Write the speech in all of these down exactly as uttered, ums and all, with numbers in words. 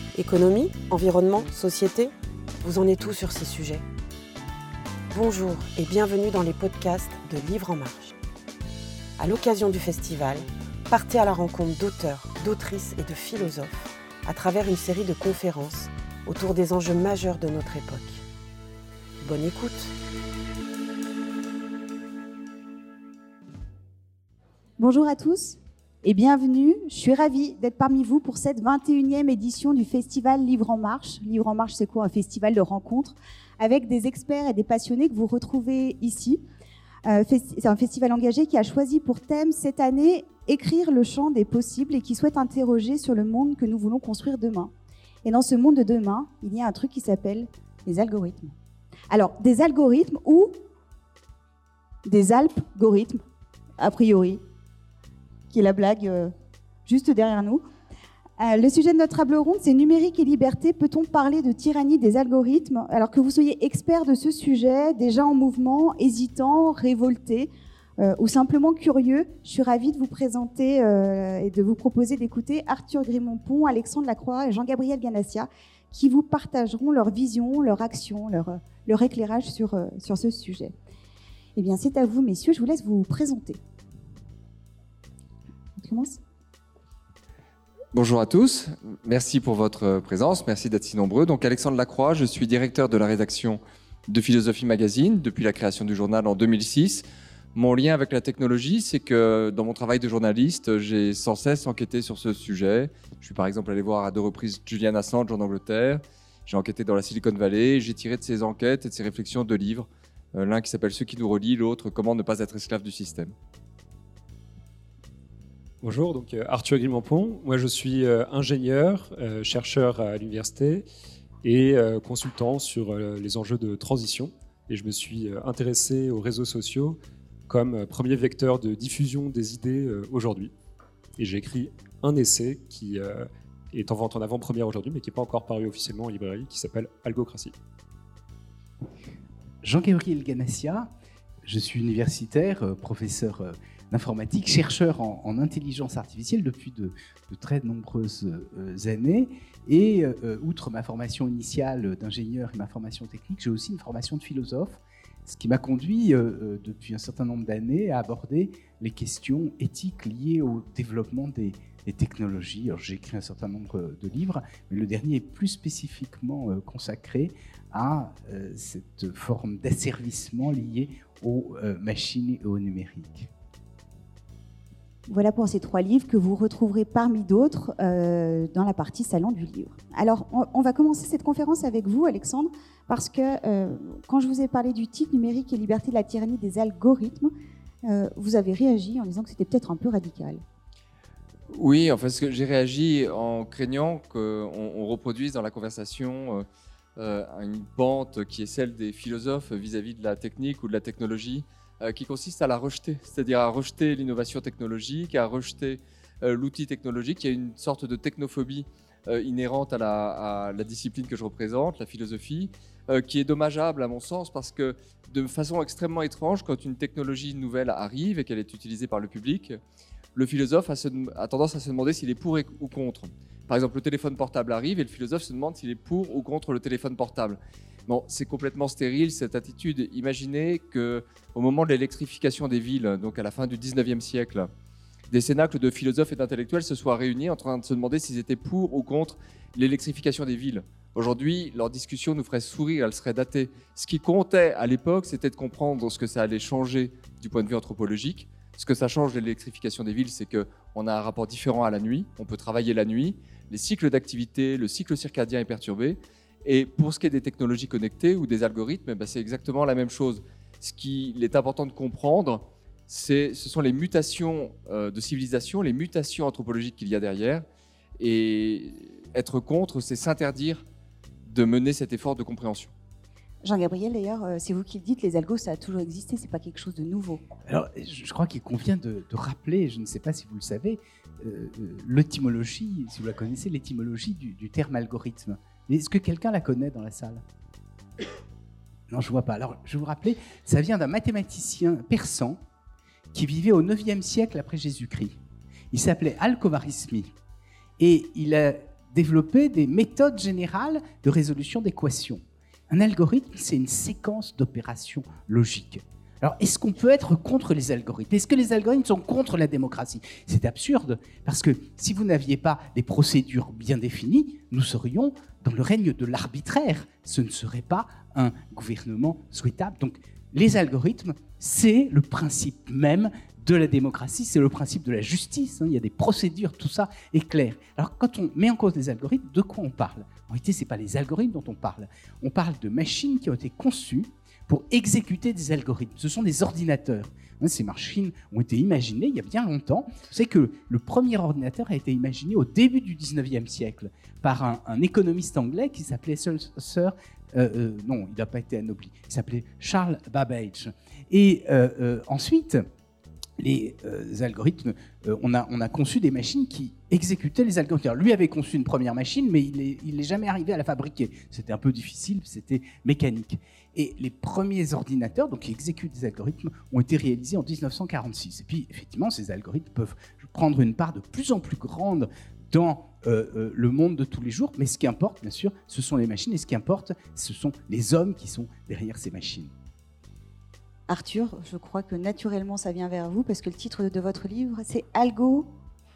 Économie, environnement, société, vous en êtes où sur ces sujets ? Bonjour et bienvenue dans les podcasts de Livre en Marche. À l'occasion du festival, partez à la rencontre d'auteurs, d'autrices et de philosophes à travers une série de conférences autour des enjeux majeurs de notre époque. Bonne écoute. Bonjour à tous et bienvenue. Je suis ravie d'être parmi vous pour cette vingt et unième édition du festival Livre en Marche. Livre en Marche, c'est quoi ? Un festival de rencontres avec des experts et des passionnés que vous retrouvez ici. Euh, c'est un festival engagé qui a choisi pour thème cette année écrire le champ des possibles et qui souhaite interroger sur le monde que nous voulons construire demain. Et dans ce monde de demain, il y a un truc qui s'appelle les algorithmes. Alors, des algorithmes ou des algorithmes, a priori, qui est la blague euh, juste derrière nous. Euh, le sujet de notre table ronde, c'est numérique et liberté. Peut-on parler de tyrannie des algorithmes ? Alors que vous soyez expert de ce sujet, déjà en mouvement, hésitant, révolté, euh, ou simplement curieux, je suis ravie de vous présenter euh, et de vous proposer d'écouter Arthur Grimont-Pont, Alexandre Lacroix et Jean-Gabriel Ganassia, qui vous partageront leur vision, leur action, leur, leur éclairage sur, euh, sur ce sujet. Eh bien, c'est à vous, messieurs, je vous laisse vous présenter. Commence. Bonjour à tous, merci pour votre présence, merci d'être si nombreux. Donc Alexandre Lacroix, je suis directeur de la rédaction de Philosophie Magazine depuis la création du journal en deux mille six. Mon lien avec la technologie, c'est que dans mon travail de journaliste, j'ai sans cesse enquêté sur ce sujet. Je suis par exemple allé voir à deux reprises Julian Assange en Angleterre, j'ai enquêté dans la Silicon Valley, j'ai tiré de ces enquêtes et de ces réflexions deux livres, l'un qui s'appelle « Ceux qui nous relient », l'autre « Comment ne pas être esclave du système ». Bonjour, donc euh, Arthur Grimont-Pont. Moi, je suis euh, ingénieur, euh, chercheur à l'université et euh, consultant sur euh, les enjeux de transition. Et je me suis euh, intéressé aux réseaux sociaux comme euh, premier vecteur de diffusion des idées euh, aujourd'hui. Et j'ai écrit un essai qui euh, est en vente en avant-première aujourd'hui, mais qui n'est pas encore paru officiellement en librairie, qui s'appelle Algocratie. Jean-Gabriel Ganassia, je suis universitaire, euh, professeur euh, d'informatique, chercheur en, en intelligence artificielle depuis de, de très nombreuses euh, années. Et euh, outre ma formation initiale d'ingénieur et ma formation technique, j'ai aussi une formation de philosophe, ce qui m'a conduit euh, depuis un certain nombre d'années à aborder les questions éthiques liées au développement des, des technologies. Alors, j'ai écrit un certain nombre de livres, mais le dernier est plus spécifiquement euh, consacré à euh, cette forme d'asservissement liée aux euh, machines et au numérique. Voilà pour ces trois livres que vous retrouverez parmi d'autres euh, dans la partie salon du livre. Alors, on, on va commencer cette conférence avec vous, Alexandre, parce que euh, quand je vous ai parlé du titre « Numérique et liberté de la tyrannie des algorithmes », euh, vous avez réagi en disant que c'était peut-être un peu radical. Oui, en fait, ce que j'ai réagi en craignant qu'on on reproduise dans la conversation euh, une pente qui est celle des philosophes vis-à-vis de la technique ou de la technologie, Euh, qui consiste à la rejeter, c'est-à-dire à rejeter l'innovation technologique, à rejeter euh, l'outil technologique. Il y a une sorte de technophobie euh, inhérente à la, à la discipline que je représente, la philosophie, euh, qui est dommageable à mon sens parce que de façon extrêmement étrange, quand une technologie nouvelle arrive et qu'elle est utilisée par le public, le philosophe a, se, a tendance à se demander s'il est pour ou contre. Par exemple, le téléphone portable arrive et le philosophe se demande s'il est pour ou contre le téléphone portable. Bon, c'est complètement stérile cette attitude. Imaginez qu'au moment de l'électrification des villes, donc à la fin du dix-neuvième siècle, des cénacles de philosophes et d'intellectuels se soient réunis en train de se demander s'ils étaient pour ou contre l'électrification des villes. Aujourd'hui, leur discussion nous ferait sourire, elle serait datée. Ce qui comptait à l'époque, c'était de comprendre ce que ça allait changer du point de vue anthropologique. Ce que ça change de l'électrification des villes, c'est qu'on a un rapport différent à la nuit, on peut travailler la nuit, les cycles d'activité, le cycle circadien est perturbé. Et pour ce qui est des technologies connectées ou des algorithmes, ben c'est exactement la même chose. Ce qu'il est important de comprendre, c'est, ce sont les mutations euh, de civilisation, les mutations anthropologiques qu'il y a derrière. Et être contre, c'est s'interdire de mener cet effort de compréhension. Jean-Gabriel, d'ailleurs, euh, c'est vous qui le dites, les algos, ça a toujours existé, c'est pas quelque chose de nouveau. Alors, je crois qu'il convient de, de rappeler, je ne sais pas si vous le savez, euh, l'étymologie, si vous la connaissez, l'étymologie du, du terme algorithme. Est-ce que quelqu'un la connaît dans la salle ? Non, je ne vois pas. Alors, je vais vous rappeler, ça vient d'un mathématicien persan qui vivait au neuvième siècle après Jésus-Christ. Il s'appelait Al-Khwarizmi et il a développer des méthodes générales de résolution d'équations. Un algorithme, c'est une séquence d'opérations logiques. Alors, est-ce qu'on peut être contre les algorithmes? Est-ce que les algorithmes sont contre la démocratie? C'est absurde, parce que si vous n'aviez pas des procédures bien définies, nous serions dans le règne de l'arbitraire. Ce ne serait pas un gouvernement souhaitable. Donc, les algorithmes, c'est le principe même de la démocratie, c'est le principe de la justice. Hein. Il y a des procédures, tout ça est clair. Alors, quand on met en cause les algorithmes, de quoi on parle? En réalité, ce n'est pas les algorithmes dont on parle. On parle de machines qui ont été conçues pour exécuter des algorithmes. Ce sont des ordinateurs. Ces machines ont été imaginées il y a bien longtemps. Vous savez que le premier ordinateur a été imaginé au début du dix-neuvième siècle par un, un économiste anglais qui s'appelait Sir... Sir euh, euh, non, il n'a pas été anobli. Il s'appelait Charles Babbage. Et euh, euh, ensuite, les euh, algorithmes, euh, on, a, on a conçu des machines qui exécutaient les algorithmes. Alors, lui avait conçu une première machine, mais il n'est jamais arrivé à la fabriquer. C'était un peu difficile, c'était mécanique. Et les premiers ordinateurs, donc qui exécutent des algorithmes, ont été réalisés en dix-neuf cent quarante-six. Et puis, effectivement, ces algorithmes peuvent prendre une part de plus en plus grande dans euh, euh, le monde de tous les jours. Mais ce qui importe, bien sûr, ce sont les machines. Et ce qui importe, ce sont les hommes qui sont derrière ces machines. Arthur, je crois que naturellement, ça vient vers vous, parce que le titre de votre livre, c'est « Algocratie ».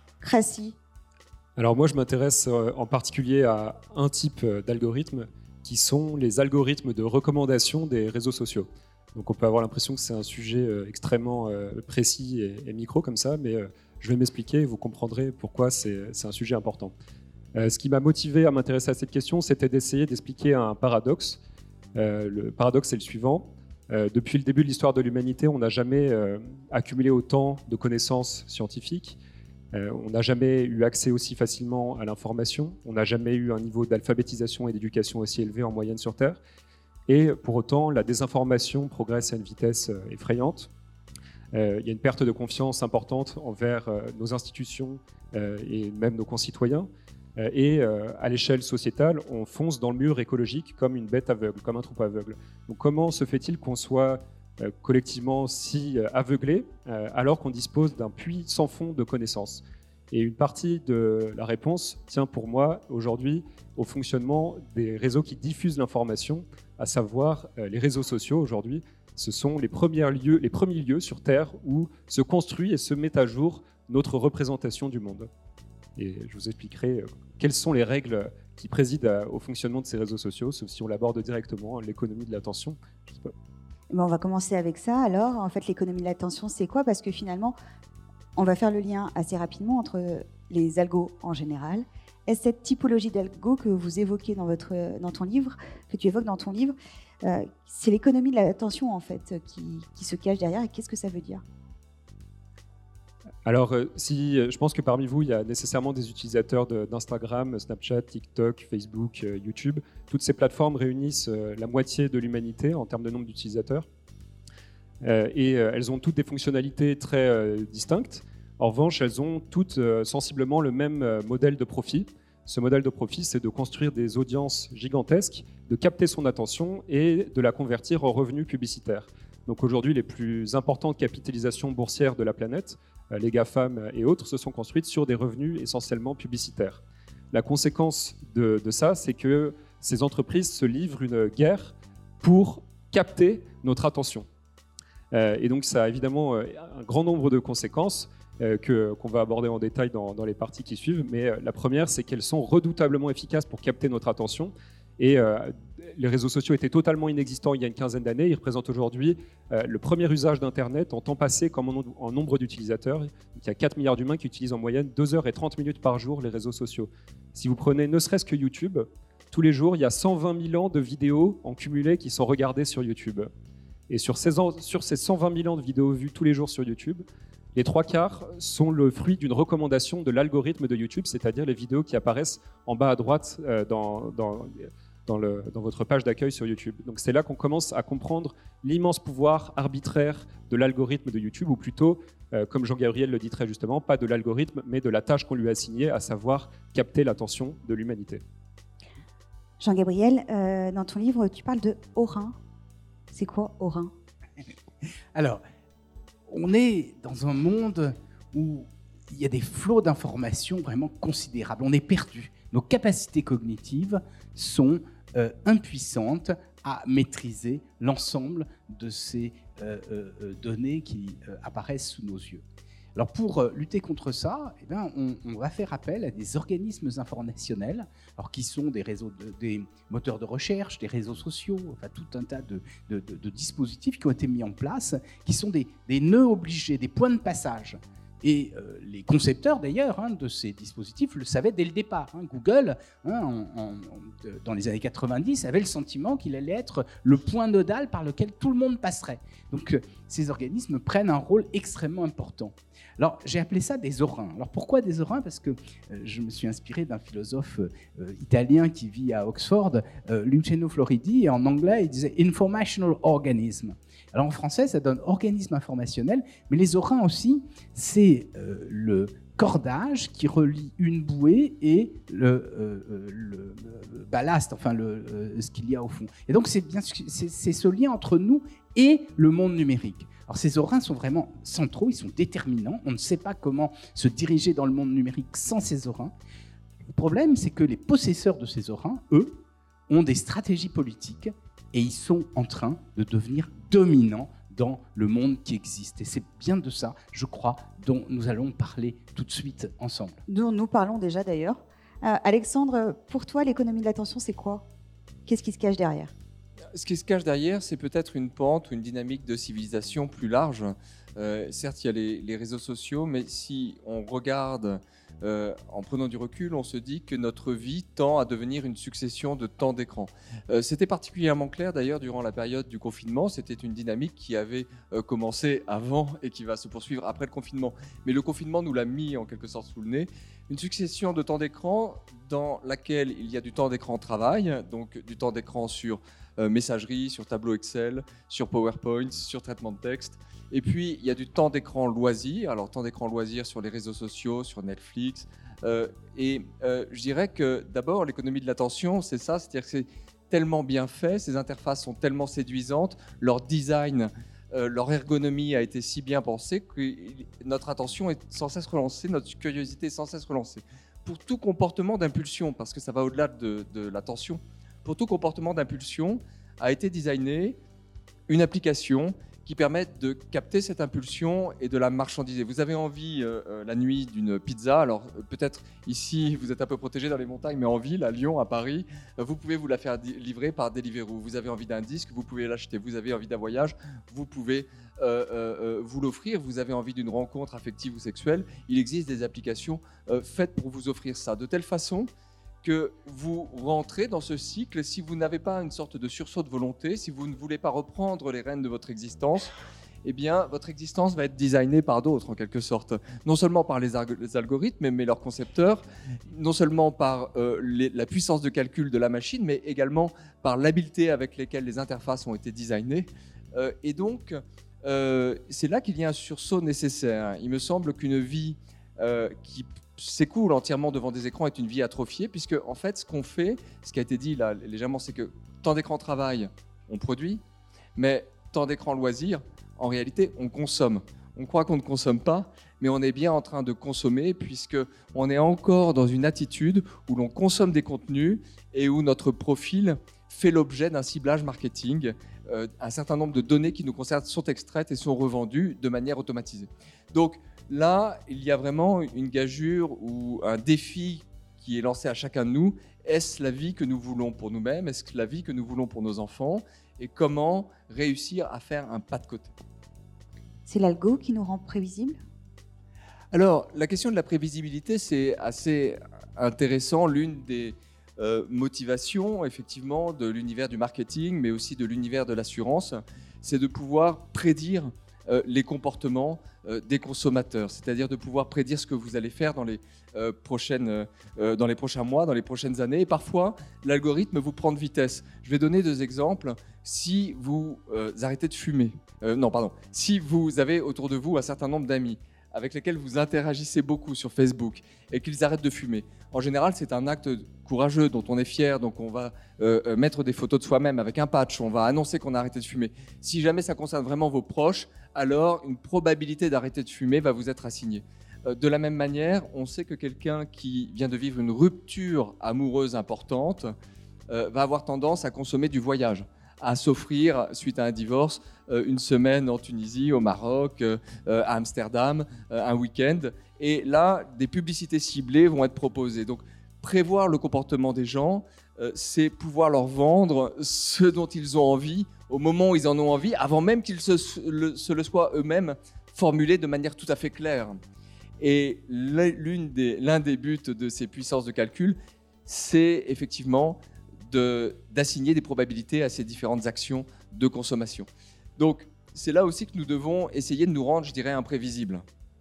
Alors moi, je m'intéresse en particulier à un type d'algorithme, qui sont les algorithmes de recommandation des réseaux sociaux. Donc on peut avoir l'impression que c'est un sujet extrêmement précis et, et micro comme ça, mais je vais m'expliquer et vous comprendrez pourquoi c'est, c'est un sujet important. Euh, ce qui m'a motivé à m'intéresser à cette question, c'était d'essayer d'expliquer un paradoxe. Euh, le paradoxe est le suivant. Euh, depuis le début de l'histoire de l'humanité, on n'a jamais euh, accumulé autant de connaissances scientifiques. Euh, on n'a jamais eu accès aussi facilement à l'information. On n'a jamais eu un niveau d'alphabétisation et d'éducation aussi élevé en moyenne sur Terre. Et pour autant, la désinformation progresse à une vitesse euh, effrayante. Euh, il y a une perte de confiance importante envers euh, nos institutions euh, et même nos concitoyens. Euh, et euh, à l'échelle sociétale, on fonce dans le mur écologique comme une bête aveugle, comme un troupeau aveugle. Donc comment se fait-il qu'on soit euh, collectivement si euh, aveuglés euh, alors qu'on dispose d'un puits sans fond de connaissances? Et une partie de la réponse tient pour moi aujourd'hui au fonctionnement des réseaux qui diffusent l'information, à savoir euh, les réseaux sociaux aujourd'hui. Ce sont les premiers lieux, les premiers lieux sur Terre où se construit et se met à jour notre représentation du monde. Et je vous expliquerai euh, quelles sont les règles qui président à, au fonctionnement de ces réseaux sociaux, sauf si on l'aborde directement, l'économie de l'attention. Je sais pas. Bon, on va commencer avec ça. Alors, en fait, l'économie de l'attention, c'est quoi? Parce que finalement, on va faire le lien assez rapidement entre les algos en général et cette typologie d'algo que vous évoquez dans, votre, dans ton livre, que tu évoques dans ton livre. Euh, c'est l'économie de l'attention, en fait, qui, qui se cache derrière. Et qu'est-ce que ça veut dire? Alors, euh, si, je pense que parmi vous, il y a nécessairement des utilisateurs de, d'Instagram, Snapchat, TikTok, Facebook, euh, YouTube. Toutes ces plateformes réunissent euh, la moitié de l'humanité en termes de nombre d'utilisateurs. Euh, et euh, elles ont toutes des fonctionnalités très euh, distinctes. En revanche, elles ont toutes euh, sensiblement le même euh, modèle de profit. Ce modèle de profit, c'est de construire des audiences gigantesques, de capter son attention et de la convertir en revenus publicitaires. Donc aujourd'hui, les plus importantes capitalisations boursières de la planète, euh, les GAFAM et autres, se sont construites sur des revenus essentiellement publicitaires. La conséquence de, de ça, c'est que ces entreprises se livrent une guerre pour capter notre attention. Euh, et donc ça a évidemment euh, un grand nombre de conséquences euh, que, qu'on va aborder en détail dans, dans les parties qui suivent. Mais euh, la première, c'est qu'elles sont redoutablement efficaces pour capter notre attention. Et euh, les réseaux sociaux étaient totalement inexistants il y a une quinzaine d'années. Ils représentent aujourd'hui euh, le premier usage d'Internet en temps passé comme en, en nombre d'utilisateurs. Donc, il y a quatre milliards d'humains qui utilisent en moyenne deux heures et trente minutes par jour les réseaux sociaux. Si vous prenez ne serait-ce que YouTube, tous les jours, il y a cent vingt mille ans de vidéos en cumulé qui sont regardées sur YouTube. Et sur ces, sur ces cent vingt mille ans de vidéos vues tous les jours sur YouTube, les trois quarts sont le fruit d'une recommandation de l'algorithme de YouTube, c'est-à-dire les vidéos qui apparaissent en bas à droite euh, dans, dans, dans, le, dans votre page d'accueil sur YouTube. Donc c'est là qu'on commence à comprendre l'immense pouvoir arbitraire de l'algorithme de YouTube, ou plutôt, euh, comme Jean-Gabriel le dit très justement, pas de l'algorithme, mais de la tâche qu'on lui a assignée, à savoir capter l'attention de l'humanité. Jean-Gabriel, euh, dans ton livre, tu parles de Orin. C'est quoi Orin? Alors, on est dans un monde où il y a des flots d'informations vraiment considérables. On est perdu nos capacités cognitives sont euh, impuissantes à maîtriser l'ensemble de ces euh, euh, données qui euh, apparaissent sous nos yeux. Alors pour euh, lutter contre ça, eh bien, on, on va faire appel à des organismes informationnels, alors qui sont des réseaux, de, des moteurs de recherche, des réseaux sociaux, enfin tout un tas de, de, de, de dispositifs qui ont été mis en place, qui sont des, des nœuds obligés, des points de passage. Et euh, les concepteurs d'ailleurs hein, de ces dispositifs le savaient dès le départ. Hein. Google, hein, en, en, dans les années quatre-vingt-dix, avait le sentiment qu'il allait être le point nodal par lequel tout le monde passerait. Donc euh, ces organismes prennent un rôle extrêmement important. Alors j'ai appelé ça des orins. Alors pourquoi des orins? Parce que euh, je me suis inspiré d'un philosophe euh, italien qui vit à Oxford, euh, Luciano Floridi, et en anglais il disait « informational organism ». Alors en français, ça donne organisme informationnel, mais les orins aussi, c'est euh, le cordage qui relie une bouée et le, euh, le, le ballast, enfin le, euh, ce qu'il y a au fond. Et donc c'est bien, c'est, c'est ce lien entre nous et le monde numérique. Alors ces orins sont vraiment centraux, ils sont déterminants. On ne sait pas comment se diriger dans le monde numérique sans ces orins. Le problème, c'est que les possesseurs de ces orins, eux, ont des stratégies politiques et ils sont en train de devenir dominants dans le monde qui existe. Et c'est bien de ça, je crois, dont nous allons parler tout de suite ensemble. Dont nous parlons déjà d'ailleurs. Euh, Alexandre, pour toi, l'économie de l'attention, c'est quoi? Qu'est-ce qui se cache derrière? Ce qui se cache derrière, c'est peut-être une pente ou une dynamique de civilisation plus large. Euh, certes, il y a les, les réseaux sociaux, mais si on regarde euh, en prenant du recul, on se dit que notre vie tend à devenir une succession de temps d'écran. Euh, c'était particulièrement clair d'ailleurs durant la période du confinement. C'était une dynamique qui avait euh, commencé avant et qui va se poursuivre après le confinement. Mais le confinement nous l'a mis en quelque sorte sous le nez. Une succession de temps d'écran dans laquelle il y a du temps d'écran travail, donc du temps d'écran sur euh, messagerie, sur tableau Excel, sur PowerPoint, sur traitement de texte. Et puis, il y a du temps d'écran loisir. Alors, temps d'écran loisir sur les réseaux sociaux, sur Netflix. Euh, et euh, je dirais que d'abord, l'économie de l'attention, c'est ça. C'est-à-dire que c'est tellement bien fait, ces interfaces sont tellement séduisantes, leur design, euh, leur ergonomie a été si bien pensée que notre attention est sans cesse relancée, notre curiosité est sans cesse relancée. Pour tout comportement d'impulsion, parce que ça va au-delà de, de l'attention, pour tout comportement d'impulsion a été designé une application qui permettent de capter cette impulsion et de la marchandiser. Vous avez envie euh, la nuit d'une pizza, alors euh, peut-être ici vous êtes un peu protégé dans les montagnes, mais en ville, à Lyon, à Paris, euh, vous pouvez vous la faire livrer par Deliveroo. Vous avez envie d'un disque, vous pouvez l'acheter. Vous avez envie d'un voyage, vous pouvez euh, euh, vous l'offrir. Vous avez envie d'une rencontre affective ou sexuelle, il existe des applications euh, faites pour vous offrir ça, de telle façon que vous rentrez dans ce cycle. Si vous n'avez pas une sorte de sursaut de volonté, si vous ne voulez pas reprendre les rênes de votre existence, eh bien, votre existence va être designée par d'autres, en quelque sorte. Non seulement par les, arg- les algorithmes, mais leurs concepteurs, non seulement par euh, les, la puissance de calcul de la machine, mais également par l'habileté avec laquelle les interfaces ont été designées. Euh, et donc, euh, c'est là qu'il y a un sursaut nécessaire. Il me semble qu'une vie euh, qui s'écoule entièrement devant des écrans est une vie atrophiée, puisque en fait ce qu'on fait, ce qui a été dit là légèrement, c'est que temps d'écran travail, on produit, mais temps d'écran loisir, en réalité on consomme. On croit qu'on ne consomme pas, mais on est bien en train de consommer, puisque on est encore dans une attitude où l'on consomme des contenus et où notre profil fait l'objet d'un ciblage marketing. Euh, un certain nombre de données qui nous concernent sont extraites et sont revendues de manière automatisée. Donc là, il y a vraiment une gageure ou un défi qui est lancé à chacun de nous. Est-ce la vie que nous voulons pour nous-mêmes? Est-ce la vie que nous voulons pour nos enfants? Et comment réussir à faire un pas de côté? C'est l'algo qui nous rend prévisibles? Alors, la question de la prévisibilité, c'est assez intéressant. L'une des euh, motivations, effectivement, de l'univers du marketing, mais aussi de l'univers de l'assurance, c'est de pouvoir prédire euh, les comportements euh, des consommateurs, c'est-à-dire de pouvoir prédire ce que vous allez faire dans les, euh, prochaines, euh, dans les prochains mois, dans les prochaines années. Et parfois, l'algorithme vous prend de vitesse. Je vais donner deux exemples. Si vous euh, arrêtez de fumer, euh, non, pardon, si vous avez autour de vous un certain nombre d'amis avec lesquels vous interagissez beaucoup sur Facebook et qu'ils arrêtent de fumer. En général, c'est un acte courageux dont on est fier, donc on va euh, mettre des photos de soi-même avec un patch, on va annoncer qu'on a arrêté de fumer. Si jamais ça concerne vraiment vos proches, alors une probabilité d'arrêter de fumer va vous être assignée. Euh, de la même manière, on sait que quelqu'un qui vient de vivre une rupture amoureuse importante euh, va avoir tendance à consommer du voyage, à s'offrir, suite à un divorce, euh, une semaine en Tunisie, au Maroc, euh, à Amsterdam, euh, un week-end. Et là, des publicités ciblées vont être proposées. Donc, prévoir le comportement des gens, euh, c'est pouvoir leur vendre ce dont ils ont envie au moment où ils en ont envie, avant même qu'ils se le, se le soient eux-mêmes formulé de manière tout à fait claire. Et l'une des, l'un des buts de ces puissances de calcul, c'est effectivement de, d'assigner des probabilités à ces différentes actions de consommation. Donc, c'est là aussi que nous devons essayer de nous rendre, je dirais, imprévisibles.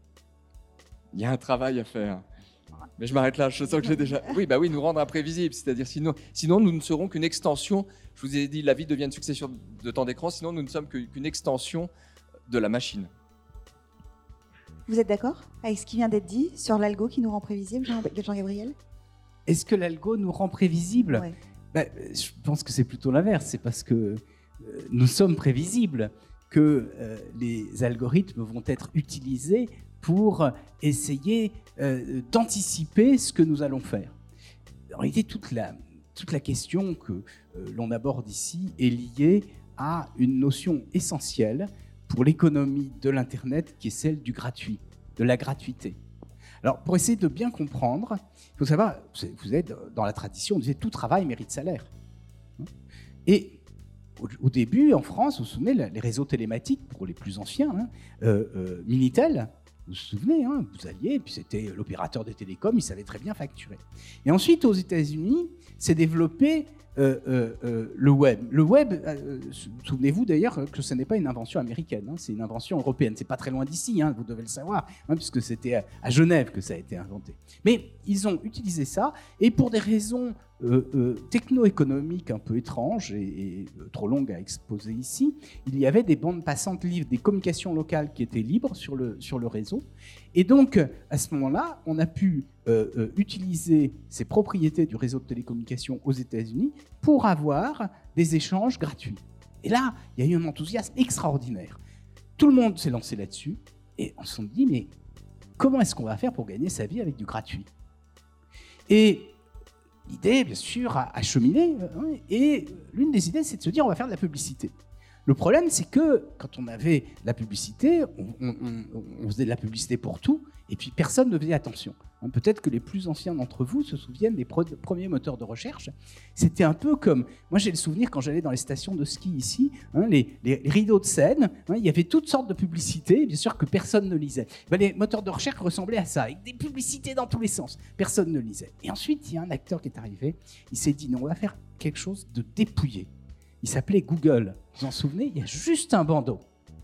Il y a un travail à faire. Mais je m'arrête là, je sens que j'ai déjà... Oui, bah oui, nous rendre imprévisibles, c'est-à-dire sinon, sinon nous ne serons qu'une extension, je vous ai dit, la vie devient une succession de temps d'écran, sinon nous ne sommes qu'une extension de la machine. Vous êtes d'accord avec ce qui vient d'être dit sur l'algo qui nous rend prévisible, Jean-Gabriel ? Est-ce que l'algo nous rend prévisible ? Ouais. Ben, je pense que c'est plutôt l'inverse. C'est parce que euh, nous sommes prévisibles que euh, les algorithmes vont être utilisés pour essayer euh, d'anticiper ce que nous allons faire. En réalité, toute la, toute la question que euh, l'on aborde ici est liée à une notion essentielle pour l'économie de l'Internet, qui est celle du gratuit, de la gratuité. Alors, pour essayer de bien comprendre, il faut savoir, vous êtes dans la tradition, on disait tout travail mérite salaire. Et au, au début, en France, vous vous souvenez, les réseaux télématiques, pour les plus anciens, hein, euh, euh, Minitel, vous vous souvenez, hein, vous alliez, puis c'était l'opérateur des télécoms, il savait très bien facturer. Et ensuite, aux États-Unis, s'est développé euh, euh, euh, le web. Le web, euh, souvenez-vous d'ailleurs que ce n'est pas une invention américaine, hein, c'est une invention européenne. C'est pas très loin d'ici, hein, vous devez le savoir, hein, puisque c'était à, à Genève que ça a été inventé. Mais ils ont utilisé ça, et pour des raisons euh, euh, techno-économiques un peu étranges et, et euh, trop longues à exposer ici, il y avait des bandes passantes libres, des communications locales qui étaient libres sur le, sur le réseau. Et donc, à ce moment-là, on a pu euh, euh, utiliser ces propriétés du réseau de télécommunications aux États-Unis pour avoir des échanges gratuits. Et là, il y a eu un enthousiasme extraordinaire. Tout le monde s'est lancé là-dessus et on s'est dit, mais comment est-ce qu'on va faire pour gagner sa vie avec du gratuit ? Et l'idée, bien sûr, a, a cheminé. Hein, et l'une des idées, c'est de se dire, on va faire de la publicité. Le problème, c'est que quand on avait la publicité, on, on, on, on faisait de la publicité pour tout, et puis personne ne faisait attention. Hein, peut-être que les plus anciens d'entre vous se souviennent des pro- premiers moteurs de recherche. C'était un peu comme... Moi, j'ai le souvenir, quand j'allais dans les stations de ski ici, hein, les, les, les rideaux de Seine, hein, il y avait toutes sortes de publicités, bien sûr que personne ne lisait. Ben, les moteurs de recherche ressemblaient à ça, avec des publicités dans tous les sens. Personne ne lisait. Et ensuite, il y a un acteur qui est arrivé, il s'est dit, non, on va faire quelque chose de dépouillé. Il s'appelait Google. Vous vous en souvenez ? Il y a juste un bandeau.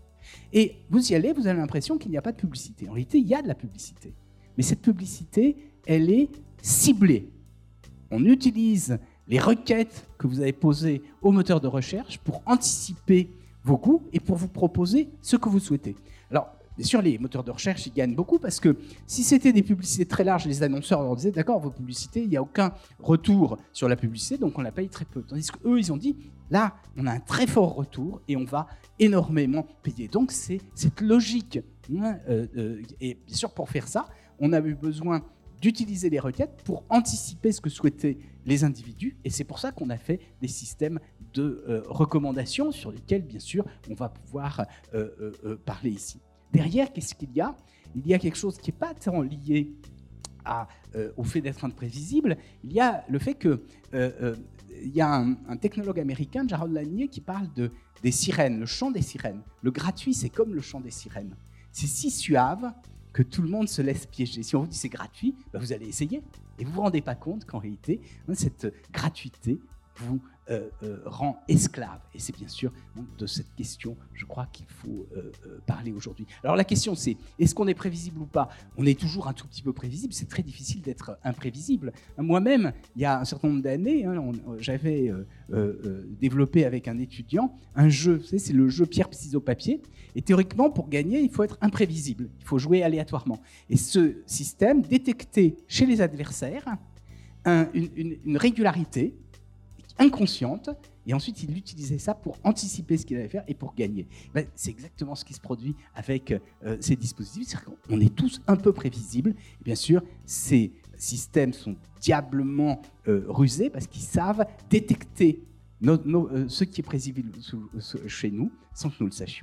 Et vous y allez, vous avez l'impression qu'il n'y a pas de publicité. En réalité, il y a de la publicité. Mais cette publicité, elle est ciblée. On utilise les requêtes que vous avez posées au moteur de recherche pour anticiper vos goûts et pour vous proposer ce que vous souhaitez. Alors, bien sûr, les moteurs de recherche, ils gagnent beaucoup parce que si c'était des publicités très larges, les annonceurs leur disaient, d'accord, vos publicités, il n'y a aucun retour sur la publicité, donc on la paye très peu. Tandis qu'eux, ils ont dit, là, on a un très fort retour et on va énormément payer. Donc, c'est cette logique. Hein, euh, euh, et bien sûr, pour faire ça, on a eu besoin d'utiliser les requêtes pour anticiper ce que souhaitaient les individus. Et c'est pour ça qu'on a fait des systèmes de euh, recommandations sur lesquels, bien sûr, on va pouvoir euh, euh, euh, parler ici. Derrière, qu'est-ce qu'il y a ? Il y a quelque chose qui n'est pas tant lié à, euh, au fait d'être imprévisible. Il y a le fait qu'il euh, euh, y a un, un technologue américain, Jaron Lanier, qui parle de, des sirènes, le chant des sirènes. Le gratuit, c'est comme le chant des sirènes. C'est si suave que tout le monde se laisse piéger. Si on vous dit c'est gratuit, ben vous allez essayer. Et vous ne vous rendez pas compte qu'en réalité, hein, cette gratuité vous euh, euh, rend esclave. Et c'est bien sûr hein, de cette question, je crois, qu'il faut euh, euh, parler aujourd'hui. Alors la question c'est, est-ce qu'on est prévisible ou pas ? On est toujours un tout petit peu prévisible, c'est très difficile d'être imprévisible. Moi-même, il y a un certain nombre d'années, hein, on, j'avais euh, euh, développé avec un étudiant un jeu, vous savez, c'est le jeu pierre, ciseaux, papier. Et théoriquement, pour gagner, il faut être imprévisible, il faut jouer aléatoirement. Et ce système détectait chez les adversaires un, une, une, une régularité inconsciente, et ensuite il utilisait ça pour anticiper ce qu'il allait faire et pour gagner. Ben, c'est exactement ce qui se produit avec euh, ces dispositifs, c'est-à-dire qu'on est tous un peu prévisibles, et bien sûr, ces systèmes sont diablement euh, rusés parce qu'ils savent détecter nos, nos, euh, ce qui est prévisible sous, sous, chez nous sans que nous le sachions.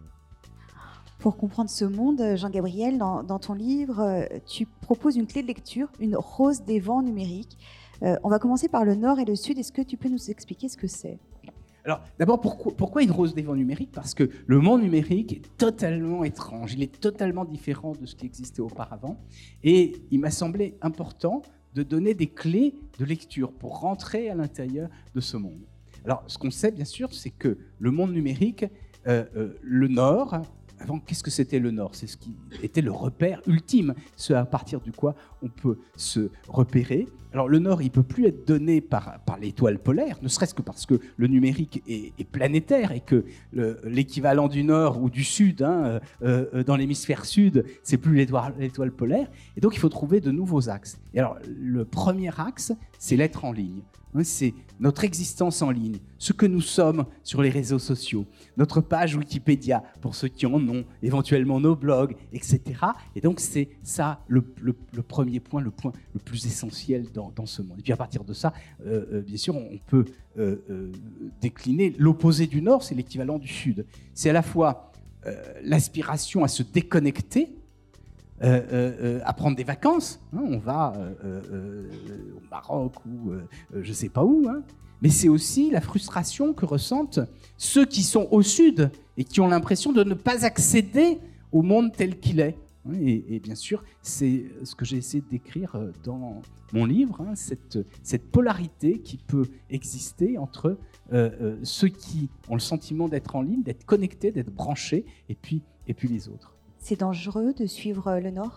Pour comprendre ce monde, Jean-Gabriel, dans, dans ton livre, tu proposes une clé de lecture, une rose des vents numériques. Euh, on va commencer par le nord et le sud. Est-ce que tu peux nous expliquer ce que c'est ? Alors, d'abord, pourquoi, pourquoi une rose des vents numériques ? Parce que le monde numérique est totalement étrange, il est totalement différent de ce qui existait auparavant. Et il m'a semblé important de donner des clés de lecture pour rentrer à l'intérieur de ce monde. Alors, ce qu'on sait, bien sûr, c'est que le monde numérique, euh, euh, le Nord... Avant, qu'est-ce que c'était le Nord ? C'est ce qui était le repère ultime, ce à partir du quoi on peut se repérer. Alors le Nord, il ne peut plus être donné par, par l'étoile polaire, ne serait-ce que parce que le numérique est, est planétaire et que le, l'équivalent du Nord ou du Sud, hein, euh, dans l'hémisphère Sud, c'est plus l'étoile, l'étoile polaire. Et donc il faut trouver de nouveaux axes. Et alors le premier axe, c'est l'être en ligne. C'est notre existence en ligne, ce que nous sommes sur les réseaux sociaux, notre page Wikipédia, pour ceux qui en ont, éventuellement nos blogs, et cetera. Et donc, c'est ça le, le, le premier point, le point le plus essentiel dans, dans ce monde. Et puis, à partir de ça, euh, euh, bien sûr, on peut euh, euh, décliner l'opposé du Nord, c'est l'équivalent du Sud. C'est à la fois euh, l'aspiration à se déconnecter, Euh, euh, à prendre des vacances, hein, on va euh, euh, au Maroc ou euh, je ne sais pas où, hein. Mais c'est aussi la frustration que ressentent ceux qui sont au sud et qui ont l'impression de ne pas accéder au monde tel qu'il est. Et, et bien sûr, c'est ce que j'ai essayé de décrire dans mon livre, hein, cette, cette polarité qui peut exister entre euh, euh, ceux qui ont le sentiment d'être en ligne, d'être connectés, d'être branchés, et puis, et puis les autres. C'est dangereux de suivre le Nord ?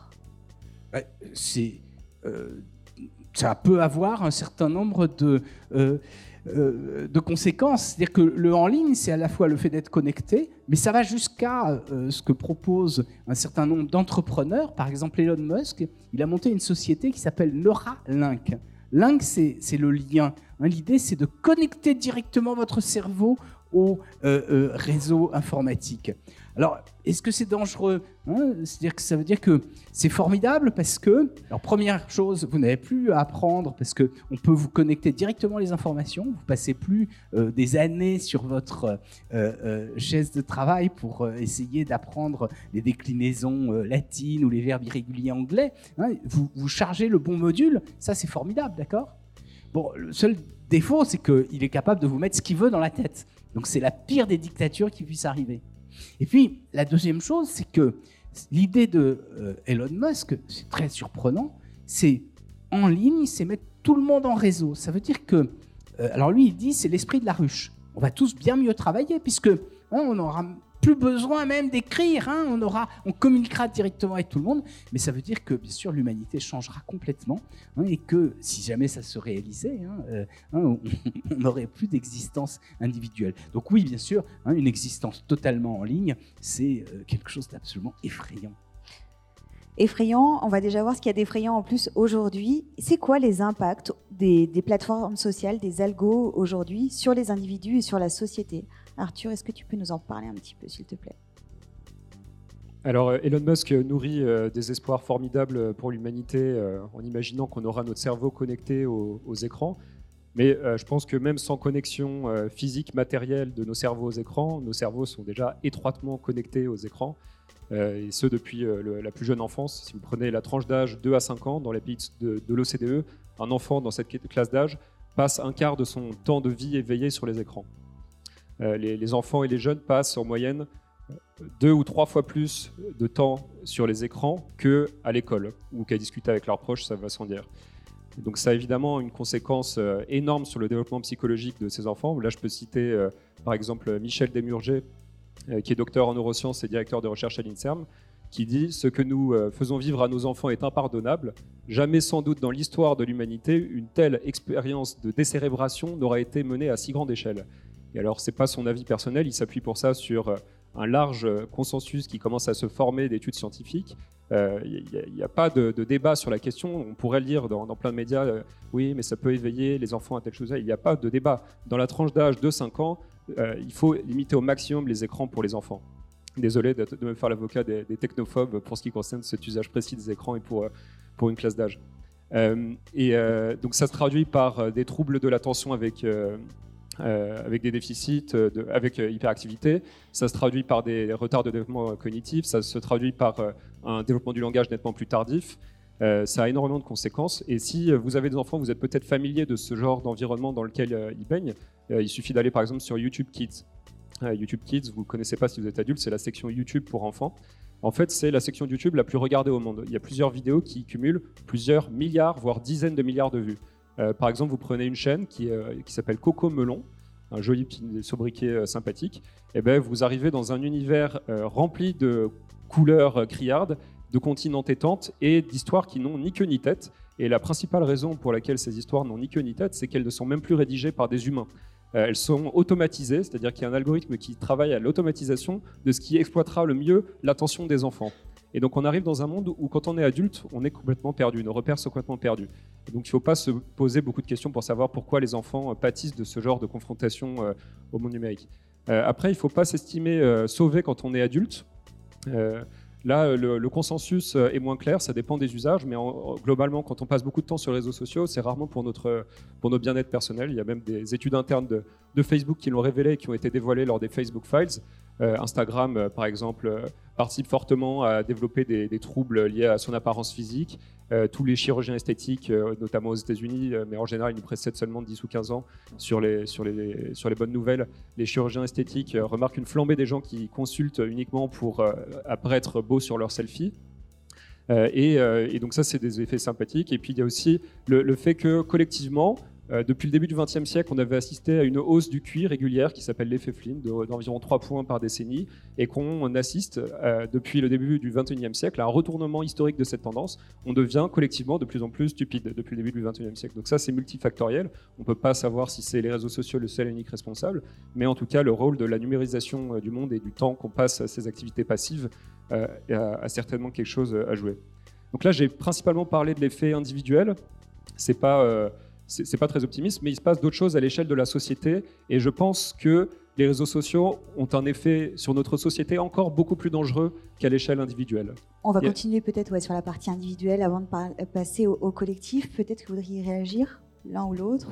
C'est, euh, ça peut avoir un certain nombre de, euh, euh, de conséquences. C'est-à-dire que le en ligne, c'est à la fois le fait d'être connecté, mais ça va jusqu'à euh, ce que proposent un certain nombre d'entrepreneurs. Par exemple, Elon Musk, il a monté une société qui s'appelle Neuralink. Link, c'est, c'est le lien. Hein, l'idée, c'est de connecter directement votre cerveau au euh, euh, réseau informatique. Alors, est-ce que c'est dangereux, hein ? C'est-à-dire que ça veut dire que c'est formidable parce que, alors première chose, vous n'avez plus à apprendre parce qu'on peut vous connecter directement les informations, vous ne passez plus euh, des années sur votre euh, euh, chaise de travail pour euh, essayer d'apprendre les déclinaisons euh, latines ou les verbes irréguliers anglais, hein ? vous, vous chargez le bon module, ça c'est formidable, d'accord ? Bon, le seul défaut, c'est qu'il est capable de vous mettre ce qu'il veut dans la tête. Donc c'est la pire des dictatures qui puisse arriver. Et puis, la deuxième chose, c'est que l'idée de euh, Elon Musk, c'est très surprenant, c'est en ligne, c'est mettre tout le monde en réseau. Ça veut dire que, euh, alors lui, il dit, c'est l'esprit de la ruche. On va tous bien mieux travailler, puisque hein, on n'aura plus besoin même d'écrire, hein, on, aura, on communiquera directement avec tout le monde, mais ça veut dire que, bien sûr, l'humanité changera complètement, hein, et que, si jamais ça se réalisait, hein, euh, hein, on n'aurait plus d'existence individuelle. Donc oui, bien sûr, hein, une existence totalement en ligne, c'est euh, quelque chose d'absolument effrayant. Effrayant, on va déjà voir ce qu'il y a d'effrayant en plus aujourd'hui. C'est quoi les impacts des, des plateformes sociales, des algos aujourd'hui sur les individus et sur la société ? Arthur, est-ce que tu peux nous en parler un petit peu, s'il te plaît ? Alors, Elon Musk nourrit euh, des espoirs formidables pour l'humanité euh, en imaginant qu'on aura notre cerveau connecté aux, aux écrans. Mais euh, je pense que même sans connexion euh, physique, matérielle de nos cerveaux aux écrans, nos cerveaux sont déjà étroitement connectés aux écrans. Euh, et ce, depuis euh, le, la plus jeune enfance. Si vous prenez la tranche d'âge deux à cinq ans, dans les pays de, de l'O C D E, un enfant dans cette classe d'âge passe un quart de son temps de vie éveillé sur les écrans. Euh, les, les enfants et les jeunes passent en moyenne deux ou trois fois plus de temps sur les écrans qu'à l'école ou qu'à discuter avec leurs proches, ça va sans dire. Et donc ça a évidemment une conséquence euh, énorme sur le développement psychologique de ces enfants. Là, je peux citer euh, par exemple Michel Desmurger, euh, qui est docteur en neurosciences et directeur de recherche à l'INSERM, qui dit « Ce que nous euh, faisons vivre à nos enfants est impardonnable. Jamais sans doute dans l'histoire de l'humanité, une telle expérience de décérébration n'aura été menée à si grande échelle. » Et alors, ce n'est pas son avis personnel, il s'appuie pour ça sur un large consensus qui commence à se former d'études scientifiques. Il euh, n'y a, a pas de, de débat sur la question. On pourrait le lire dans, dans plein de médias, euh, oui, mais ça peut éveiller les enfants à telle chose. Il n'y a pas de débat. Dans la tranche d'âge de cinq ans, euh, il faut limiter au maximum les écrans pour les enfants. Désolé de, de me faire l'avocat des, des technophobes pour ce qui concerne cet usage précis des écrans et pour, pour une classe d'âge. Euh, et euh, donc ça se traduit par des troubles de l'attention avec... Euh, Euh, avec des déficits, euh, de, avec euh, hyperactivité. Ça se traduit par des retards de développement cognitif, ça se traduit par euh, un développement du langage nettement plus tardif. Euh, ça a énormément de conséquences. Et si vous avez des enfants, vous êtes peut-être familier de ce genre d'environnement dans lequel euh, ils baignent, euh, il suffit d'aller par exemple sur YouTube Kids. Euh, YouTube Kids, vous ne connaissez pas si vous êtes adulte, c'est la section YouTube pour enfants. En fait, c'est la section YouTube la plus regardée au monde. Il y a plusieurs vidéos qui cumulent plusieurs milliards, voire dizaines de milliards de vues. Euh, par exemple, vous prenez une chaîne qui, euh, qui s'appelle Coco Melon, un joli petit sobriquet euh, sympathique, et ben, vous arrivez dans un univers euh, rempli de couleurs euh, criardes, de contines entêtantes et d'histoires qui n'ont ni queue ni tête. Et la principale raison pour laquelle ces histoires n'ont ni queue ni tête, c'est qu'elles ne sont même plus rédigées par des humains. Euh, elles sont automatisées, c'est-à-dire qu'il y a un algorithme qui travaille à l'automatisation de ce qui exploitera le mieux l'attention des enfants. Et donc on arrive dans un monde où quand on est adulte, on est complètement perdu, nos repères sont complètement perdus. Et donc il ne faut pas se poser beaucoup de questions pour savoir pourquoi les enfants pâtissent de ce genre de confrontation euh, au monde numérique. Euh, après, il ne faut pas s'estimer euh, sauvé quand on est adulte. Euh, Là, le, le consensus est moins clair, ça dépend des usages, mais en, globalement, quand on passe beaucoup de temps sur les réseaux sociaux, c'est rarement pour notre, pour notre bien-être personnel. Il y a même des études internes de, de Facebook qui l'ont révélé et qui ont été dévoilées lors des Facebook Files. Euh, Instagram, euh, par exemple, euh, participe fortement à développer des, des troubles liés à son apparence physique. Euh, tous les chirurgiens esthétiques, euh, notamment aux États-Unis, euh, mais en général, ils nous précèdent seulement de dix ou quinze ans sur les, sur les, sur les bonnes nouvelles. Les chirurgiens esthétiques euh, remarquent une flambée des gens qui consultent uniquement pour euh, apparaître beaux sur leurs selfies. Euh, et, euh, et donc ça, c'est des effets sympathiques. Et puis, il y a aussi le, le fait que, collectivement, Euh, depuis le début du vingtième siècle, on avait assisté à une hausse du Q I régulière qui s'appelle l'effet Flynn, de, d'environ trois points par décennie, et qu'on assiste euh, depuis le début du vingt et unième siècle à un retournement historique de cette tendance. On devient collectivement de plus en plus stupide depuis le début du vingt et unième siècle. Donc ça, c'est multifactoriel. On ne peut pas savoir si c'est les réseaux sociaux le seul et unique responsable, mais en tout cas, le rôle de la numérisation du monde et du temps qu'on passe à ces activités passives euh, a, a certainement quelque chose à jouer. Donc là, j'ai principalement parlé de l'effet individuel. C'est pas... Euh, C'est, c'est pas très optimiste, mais il se passe d'autres choses à l'échelle de la société. Et je pense que les réseaux sociaux ont un effet sur notre société encore beaucoup plus dangereux qu'à l'échelle individuelle. On va Et... continuer peut-être ouais, sur la partie individuelle avant de par- passer au, au collectif. Peut-être que vous voudriez réagir, l'un ou l'autre.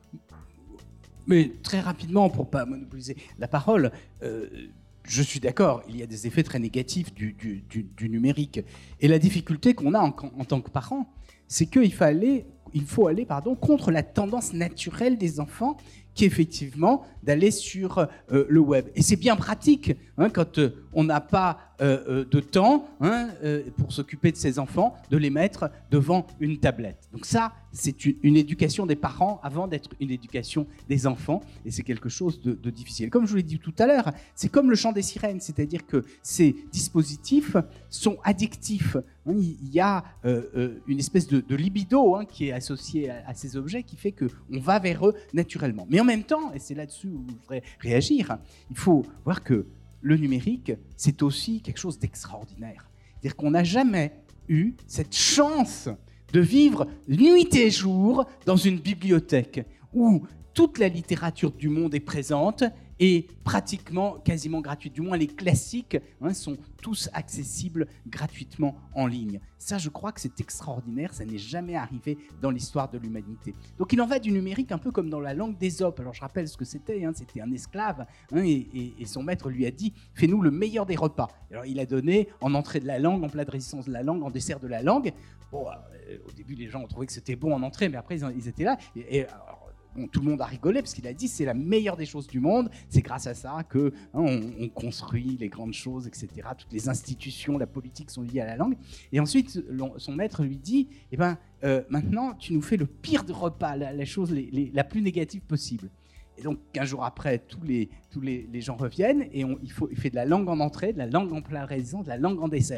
Mais très rapidement, pour ne pas monopoliser la parole, euh, je suis d'accord, il y a des effets très négatifs du, du, du, du numérique. Et la difficulté qu'on a en, en tant que parents, c'est qu'il faut aller, il faut aller pardon, contre la tendance naturelle des enfants qui est effectivement d'aller sur euh, le web. Et c'est bien pratique hein, quand euh, on n'a pas euh, euh, de temps hein, euh, pour s'occuper de ses enfants, de les mettre devant une tablette. Donc ça, c'est une, une éducation des parents avant d'être une éducation des enfants, et c'est quelque chose de, de difficile. Comme je vous l'ai dit tout à l'heure, c'est comme le chant des sirènes, c'est-à-dire que ces dispositifs sont addictifs. Hein, il y a euh, euh, une espèce de, de libido hein, qui est associée à, à ces objets qui fait qu'on va vers eux naturellement. Mais en même temps, et c'est là-dessus où je voudrais réagir, il faut voir que le numérique, c'est aussi quelque chose d'extraordinaire. C'est-à-dire qu'on n'a jamais eu cette chance de vivre nuit et jour dans une bibliothèque où toute la littérature du monde est présente et pratiquement, quasiment gratuite. Du moins, les classiques hein, sont tous accessibles gratuitement en ligne. Ça, je crois que c'est extraordinaire. Ça n'est jamais arrivé dans l'histoire de l'humanité. Donc, il en va du numérique un peu comme dans la langue d'Ésope. Alors, je rappelle ce que c'était. Hein, c'était un esclave hein, et, et, et son maître lui a dit « Fais-nous le meilleur des repas ». Alors, il a donné en entrée de la langue, en plat de résistance de la langue, en dessert de la langue. Bon, euh, au début, les gens ont trouvé que c'était bon en entrée, mais après, ils, ils étaient là. Et, et alors, Bon, tout le monde a rigolé parce qu'il a dit c'est la meilleure des choses du monde, c'est grâce à ça que hein, on, on construit les grandes choses, et cetera. Toutes les institutions, la politique sont liées à la langue. Et ensuite, son maître lui dit eh ben, euh, maintenant, tu nous fais le pire de repas, la, la chose les, les, la plus négative possible. Et donc, quinze jours après, tous les, tous les, les gens reviennent et on, il, faut, il fait de la langue en entrée, de la langue en plat résistant, de la langue en dessert.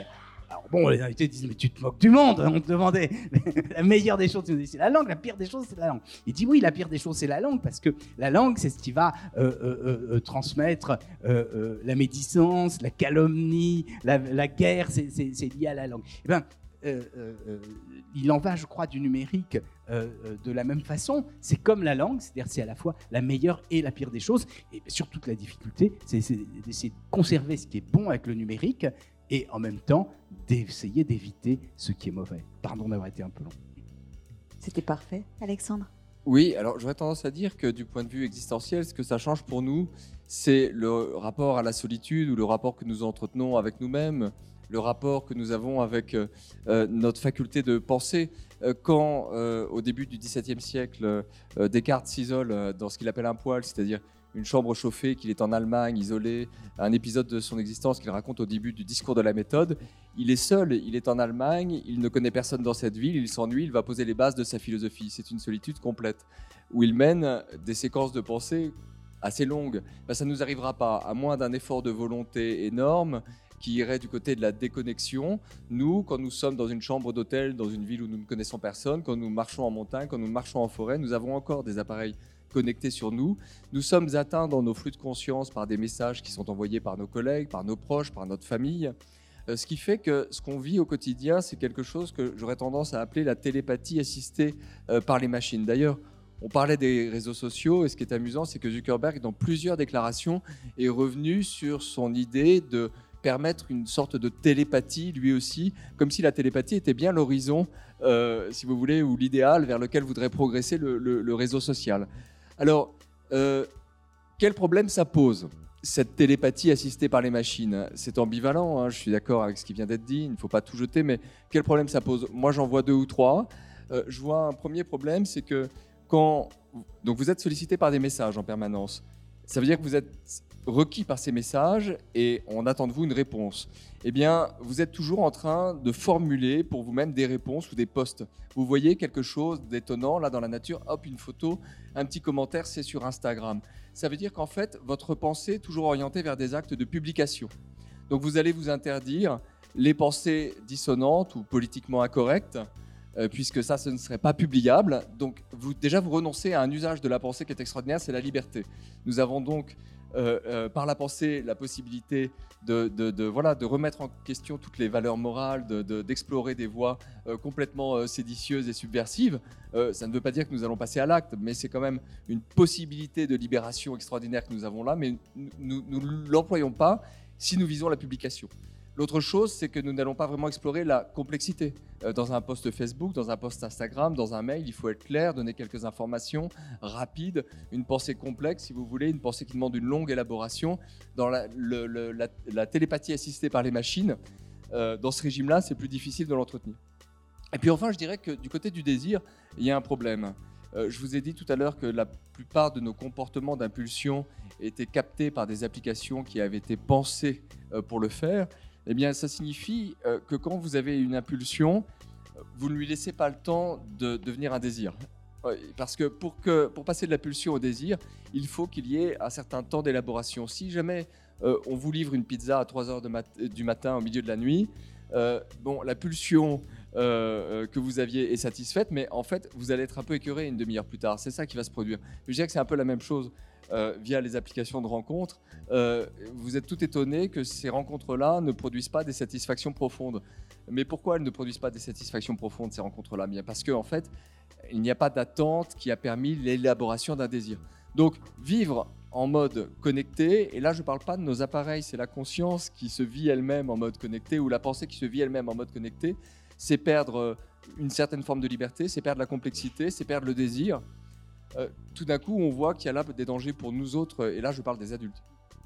Alors bon, les invités disent, mais tu te moques du monde, on te demandait la meilleure des choses, c'est la langue, la pire des choses, c'est la langue. Il dit oui, la pire des choses, c'est la langue, parce que la langue, c'est ce qui va euh, euh, euh, transmettre euh, euh, la médisance, la calomnie, la, la guerre, c'est, c'est, c'est lié à la langue. Eh bien, euh, euh, il en va, je crois, du numérique euh, de la même façon. C'est comme la langue, c'est-à-dire c'est à la fois la meilleure et la pire des choses. Et sur toute la difficulté, c'est, c'est d'essayer de conserver ce qui est bon avec le numérique, et en même temps d'essayer d'éviter ce qui est mauvais. Pardon d'avoir été un peu long. C'était parfait. Alexandre ? Oui, alors j'aurais tendance à dire que du point de vue existentiel, ce que ça change pour nous, c'est le rapport à la solitude ou le rapport que nous entretenons avec nous-mêmes, le rapport que nous avons avec euh, notre faculté de penser. Euh, quand, euh, au début du dix-septième siècle, euh, Descartes s'isole euh, dans ce qu'il appelle un poêle, c'est-à-dire une chambre chauffée, qu'il est en Allemagne, isolé, un épisode de son existence qu'il raconte au début du discours de la méthode. Il est seul, il est en Allemagne, il ne connaît personne dans cette ville, il s'ennuie, il va poser les bases de sa philosophie. C'est une solitude complète, où il mène des séquences de pensée assez longues. Ben, ça ne nous arrivera pas, à moins d'un effort de volonté énorme, qui irait du côté de la déconnexion. Nous, quand nous sommes dans une chambre d'hôtel, dans une ville où nous ne connaissons personne, quand nous marchons en montagne, quand nous marchons en forêt, nous avons encore des appareils connectés sur nous. Nous sommes atteints dans nos flux de conscience par des messages qui sont envoyés par nos collègues, par nos proches, par notre famille. Euh, ce qui fait que ce qu'on vit au quotidien, c'est quelque chose que j'aurais tendance à appeler la télépathie assistée euh, par les machines. D'ailleurs, on parlait des réseaux sociaux et ce qui est amusant, c'est que Zuckerberg, dans plusieurs déclarations, est revenu sur son idée de permettre une sorte de télépathie, lui aussi, comme si la télépathie était bien l'horizon, euh, si vous voulez, ou l'idéal vers lequel voudrait progresser le, le, le réseau social. Alors, euh, quel problème ça pose, cette télépathie assistée par les machines? C'est ambivalent, hein, je suis d'accord avec ce qui vient d'être dit, il ne faut pas tout jeter, mais quel problème ça pose? Moi, j'en vois deux ou trois. Euh, je vois un premier problème, c'est que quand donc vous êtes sollicité par des messages en permanence, ça veut dire que vous êtes requis par ces messages et on attend de vous une réponse. Eh bien, vous êtes toujours en train de formuler pour vous-même des réponses ou des posts. Vous voyez quelque chose d'étonnant là dans la nature, hop, une photo, un petit commentaire, c'est sur Instagram. Ça veut dire qu'en fait, votre pensée est toujours orientée vers des actes de publication. Donc vous allez vous interdire les pensées dissonantes ou politiquement incorrectes, euh, puisque ça, ce ne serait pas publiable. Donc vous, déjà, vous renoncez à un usage de la pensée qui est extraordinaire, c'est la liberté. Nous avons donc Euh, euh, par la pensée, la possibilité de, de, de, voilà, de remettre en question toutes les valeurs morales, de, de, d'explorer des voies euh, complètement euh, séditieuses et subversives. Euh, ça ne veut pas dire que nous allons passer à l'acte, mais c'est quand même une possibilité de libération extraordinaire que nous avons là, mais nous ne l'employons pas si nous visons la publication. L'autre chose, c'est que nous n'allons pas vraiment explorer la complexité. Euh, dans un post Facebook, dans un post Instagram, dans un mail, il faut être clair, donner quelques informations rapides, une pensée complexe, si vous voulez, une pensée qui demande une longue élaboration. Dans la, le, le, la, la télépathie assistée par les machines, euh, dans ce régime-là, c'est plus difficile de l'entretenir. Et puis enfin, je dirais que du côté du désir, il y a un problème. Euh, je vous ai dit tout à l'heure que la plupart de nos comportements d'impulsion étaient captés par des applications qui avaient été pensées euh, pour le faire. Eh bien, ça signifie euh, que quand vous avez une impulsion, vous ne lui laissez pas le temps de devenir un désir. Parce que pour, que pour passer de la pulsion au désir, il faut qu'il y ait un certain temps d'élaboration. Si jamais euh, on vous livre une pizza à trois heures de mat- du matin au milieu de la nuit, euh, bon, la pulsion euh, que vous aviez est satisfaite, mais en fait, vous allez être un peu écœuré une demi-heure plus tard. C'est ça qui va se produire. Je dirais que c'est un peu la même chose euh, via les applications de rencontres. Euh, vous êtes tout étonné que ces rencontres-là ne produisent pas des satisfactions profondes. Mais pourquoi elles ne produisent pas des satisfactions profondes, ces rencontres-là? Bien parce qu'en en fait, il n'y a pas d'attente qui a permis l'élaboration d'un désir. Donc, vivre en mode connecté, et là je ne parle pas de nos appareils, c'est la conscience qui se vit elle-même en mode connecté, ou la pensée qui se vit elle-même en mode connecté, c'est perdre une certaine forme de liberté, c'est perdre la complexité, c'est perdre le désir. Euh, tout d'un coup, on voit qu'il y a là des dangers pour nous autres, et là je parle des adultes.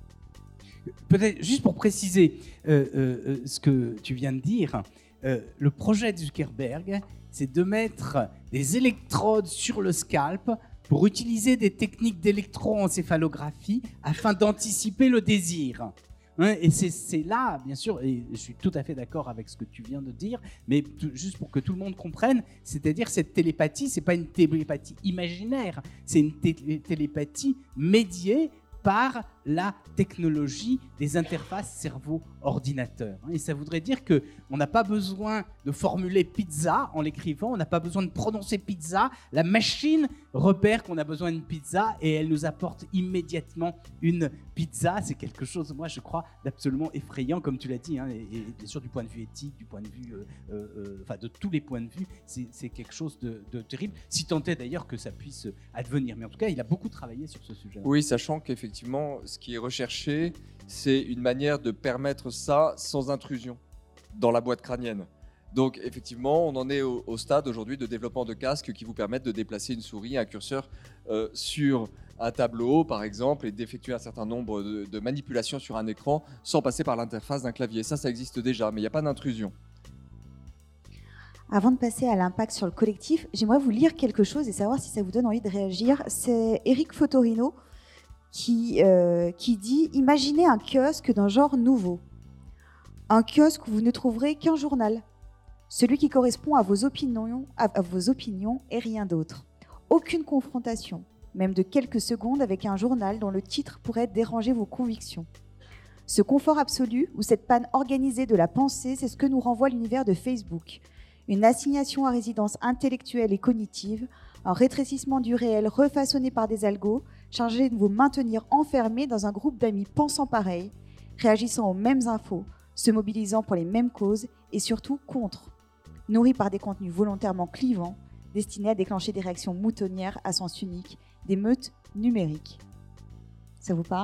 Peut-être juste pour préciser euh, euh, ce que tu viens de dire, euh, le projet de Zuckerberg, c'est de mettre des électrodes sur le scalp pour utiliser des techniques d'électroencéphalographie afin d'anticiper le désir. Hein, et c'est, c'est là, bien sûr, et je suis tout à fait d'accord avec ce que tu viens de dire, mais tout, juste pour que tout le monde comprenne, c'est-à-dire cette télépathie, c'est pas une télépathie imaginaire, c'est une té- télépathie médiée par la technologie des interfaces cerveau-ordinateur. Et ça voudrait dire qu'on n'a pas besoin de formuler pizza en l'écrivant, on n'a pas besoin de prononcer pizza. La machine repère qu'on a besoin d'une pizza et elle nous apporte immédiatement une pizza. C'est quelque chose, moi, je crois, d'absolument effrayant, comme tu l'as dit, hein, et, et bien sûr du point de vue éthique, du point de vue, euh, euh, enfin de tous les points de vue, c'est, c'est quelque chose de, de terrible. Si tant est d'ailleurs que ça puisse advenir. Mais en tout cas, il a beaucoup travaillé sur ce sujet. Oui, sachant qu'effectivement, ce qui est recherché, c'est une manière de permettre ça sans intrusion dans la boîte crânienne. Donc effectivement, on en est au, au stade aujourd'hui de développement de casques qui vous permettent de déplacer une souris, un curseur euh, sur un tableau, par exemple, et d'effectuer un certain nombre de, de manipulations sur un écran sans passer par l'interface d'un clavier. Ça, ça existe déjà, mais il n'y a pas d'intrusion. Avant de passer à l'impact sur le collectif, j'aimerais vous lire quelque chose et savoir si ça vous donne envie de réagir. C'est Eric Fotorino qui, euh, qui dit « Imaginez un kiosque d'un genre nouveau. Un kiosque où vous ne trouverez qu'un journal. Celui qui correspond à vos opinions, à, à vos opinions et rien d'autre. Aucune confrontation, même de quelques secondes avec un journal dont le titre pourrait déranger vos convictions. Ce confort absolu ou cette panne organisée de la pensée, c'est ce que nous renvoie l'univers de Facebook. Une assignation à résidence intellectuelle et cognitive, un rétrécissement du réel refaçonné par des algos, chargés de vous maintenir enfermés dans un groupe d'amis pensant pareil, réagissant aux mêmes infos, se mobilisant pour les mêmes causes et surtout contre, nourris par des contenus volontairement clivants, destinés à déclencher des réactions moutonnières à sens unique, des meutes numériques. » Ça vous parle ?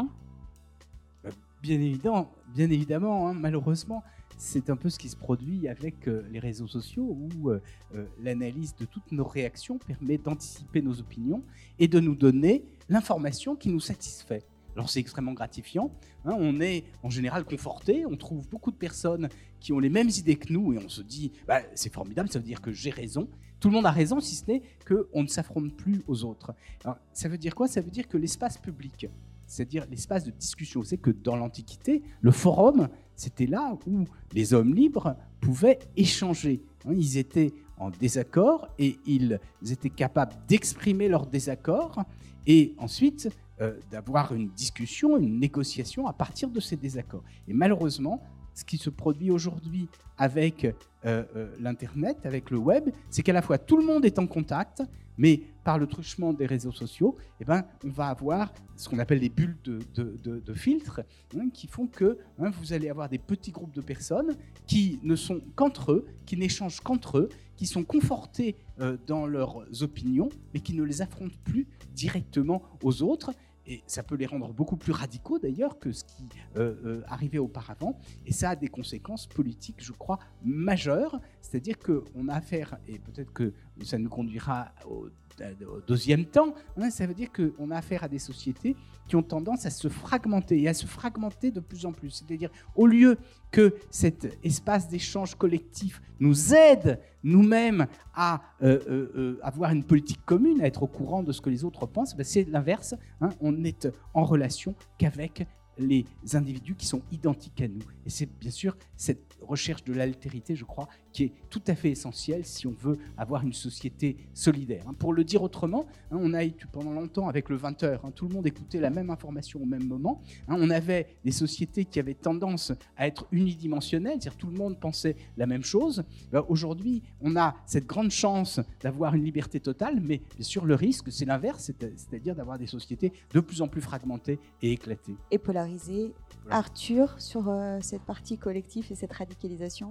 Bien évidemment, bien évidemment, hein, malheureusement, c'est un peu ce qui se produit avec euh, les réseaux sociaux où euh, euh, l'analyse de toutes nos réactions permet d'anticiper nos opinions et de nous donner l'information qui nous satisfait. Alors c'est extrêmement gratifiant, hein, on est en général conforté, on trouve beaucoup de personnes qui ont les mêmes idées que nous et on se dit bah, c'est formidable, ça veut dire que j'ai raison. Tout le monde a raison si ce n'est qu'on ne s'affronte plus aux autres. Alors, ça veut dire quoi ? Ça veut dire que l'espace public, c'est-à-dire l'espace de discussion. Vous savez que dans l'Antiquité, le forum, c'était là où les hommes libres pouvaient échanger. Ils étaient en désaccord et ils étaient capables d'exprimer leur désaccord et ensuite euh, d'avoir une discussion, une négociation à partir de ces désaccords. Et malheureusement, ce qui se produit aujourd'hui avec euh, euh, l'Internet, avec le web, c'est qu'à la fois tout le monde est en contact, mais par le truchement des réseaux sociaux, eh ben, on va avoir ce qu'on appelle des bulles de, de, de, de filtres hein, qui font que hein, vous allez avoir des petits groupes de personnes qui ne sont qu'entre eux, qui n'échangent qu'entre eux, qui sont confortés euh, dans leurs opinions, mais qui ne les affrontent plus directement aux autres. Et ça peut les rendre beaucoup plus radicaux d'ailleurs que ce qui euh, euh, arrivait auparavant. Et ça a des conséquences politiques, je crois, majeures. C'est-à-dire qu'on a affaire, et peut-être que ça nous conduira au, au deuxième temps, hein, ça veut dire qu'on a affaire à des sociétés qui ont tendance à se fragmenter, et à se fragmenter de plus en plus. C'est-à-dire, au lieu que cet espace d'échange collectif nous aide nous-mêmes à euh, euh, avoir une politique commune, à être au courant de ce que les autres pensent, ben c'est l'inverse. Hein, on n'est en relation qu'avec les individus qui sont identiques à nous. Et c'est bien sûr cette recherche de l'altérité, je crois, qui est tout à fait essentielle si on veut avoir une société solidaire. Pour le dire autrement, on a été pendant longtemps avec le vingt heures, tout le monde écoutait la même information au même moment. On avait des sociétés qui avaient tendance à être unidimensionnelles, c'est-à-dire tout le monde pensait la même chose. Aujourd'hui, on a cette grande chance d'avoir une liberté totale, mais bien sûr le risque, c'est l'inverse, c'est-à-dire d'avoir des sociétés de plus en plus fragmentées et éclatées. Et polarisées. Voilà. Arthur, sur euh, cette partie collective et cette radicalisation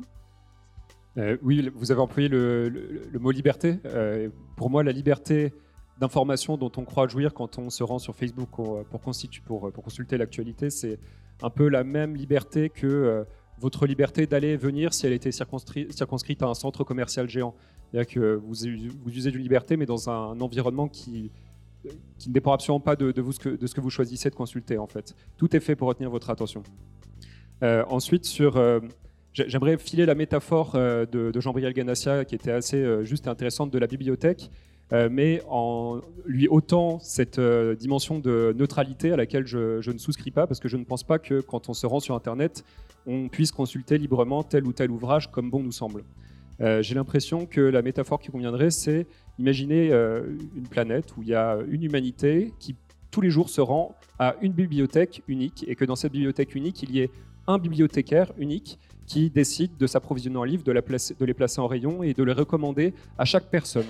euh, Oui, vous avez employé le, le, le mot liberté. Euh, pour moi, la liberté d'information dont on croit jouir quand on se rend sur Facebook pour, pour, pour, pour consulter l'actualité, c'est un peu la même liberté que euh, votre liberté d'aller et venir si elle était circonscrite, circonscrite à un centre commercial géant. C'est-à-dire que vous, vous usez d'une liberté, mais dans un environnement qui... qui ne dépend absolument pas de, de, vous, de ce que vous choisissez de consulter, en fait. Tout est fait pour retenir votre attention. Euh, ensuite, sur, euh, j'aimerais filer la métaphore euh, de, de Jean-Briel Ganassia, qui était assez euh, juste et intéressante, de la bibliothèque, euh, mais en lui ôtant cette euh, dimension de neutralité à laquelle je, je ne souscris pas, parce que je ne pense pas que quand on se rend sur Internet, on puisse consulter librement tel ou tel ouvrage comme bon nous semble. Euh, j'ai l'impression que la métaphore qui conviendrait, c'est imaginer euh, une planète où il y a une humanité qui tous les jours se rend à une bibliothèque unique et que dans cette bibliothèque unique, il y ait un bibliothécaire unique qui décide de s'approvisionner en livres, de, la placer, de les placer en rayon et de les recommander à chaque personne.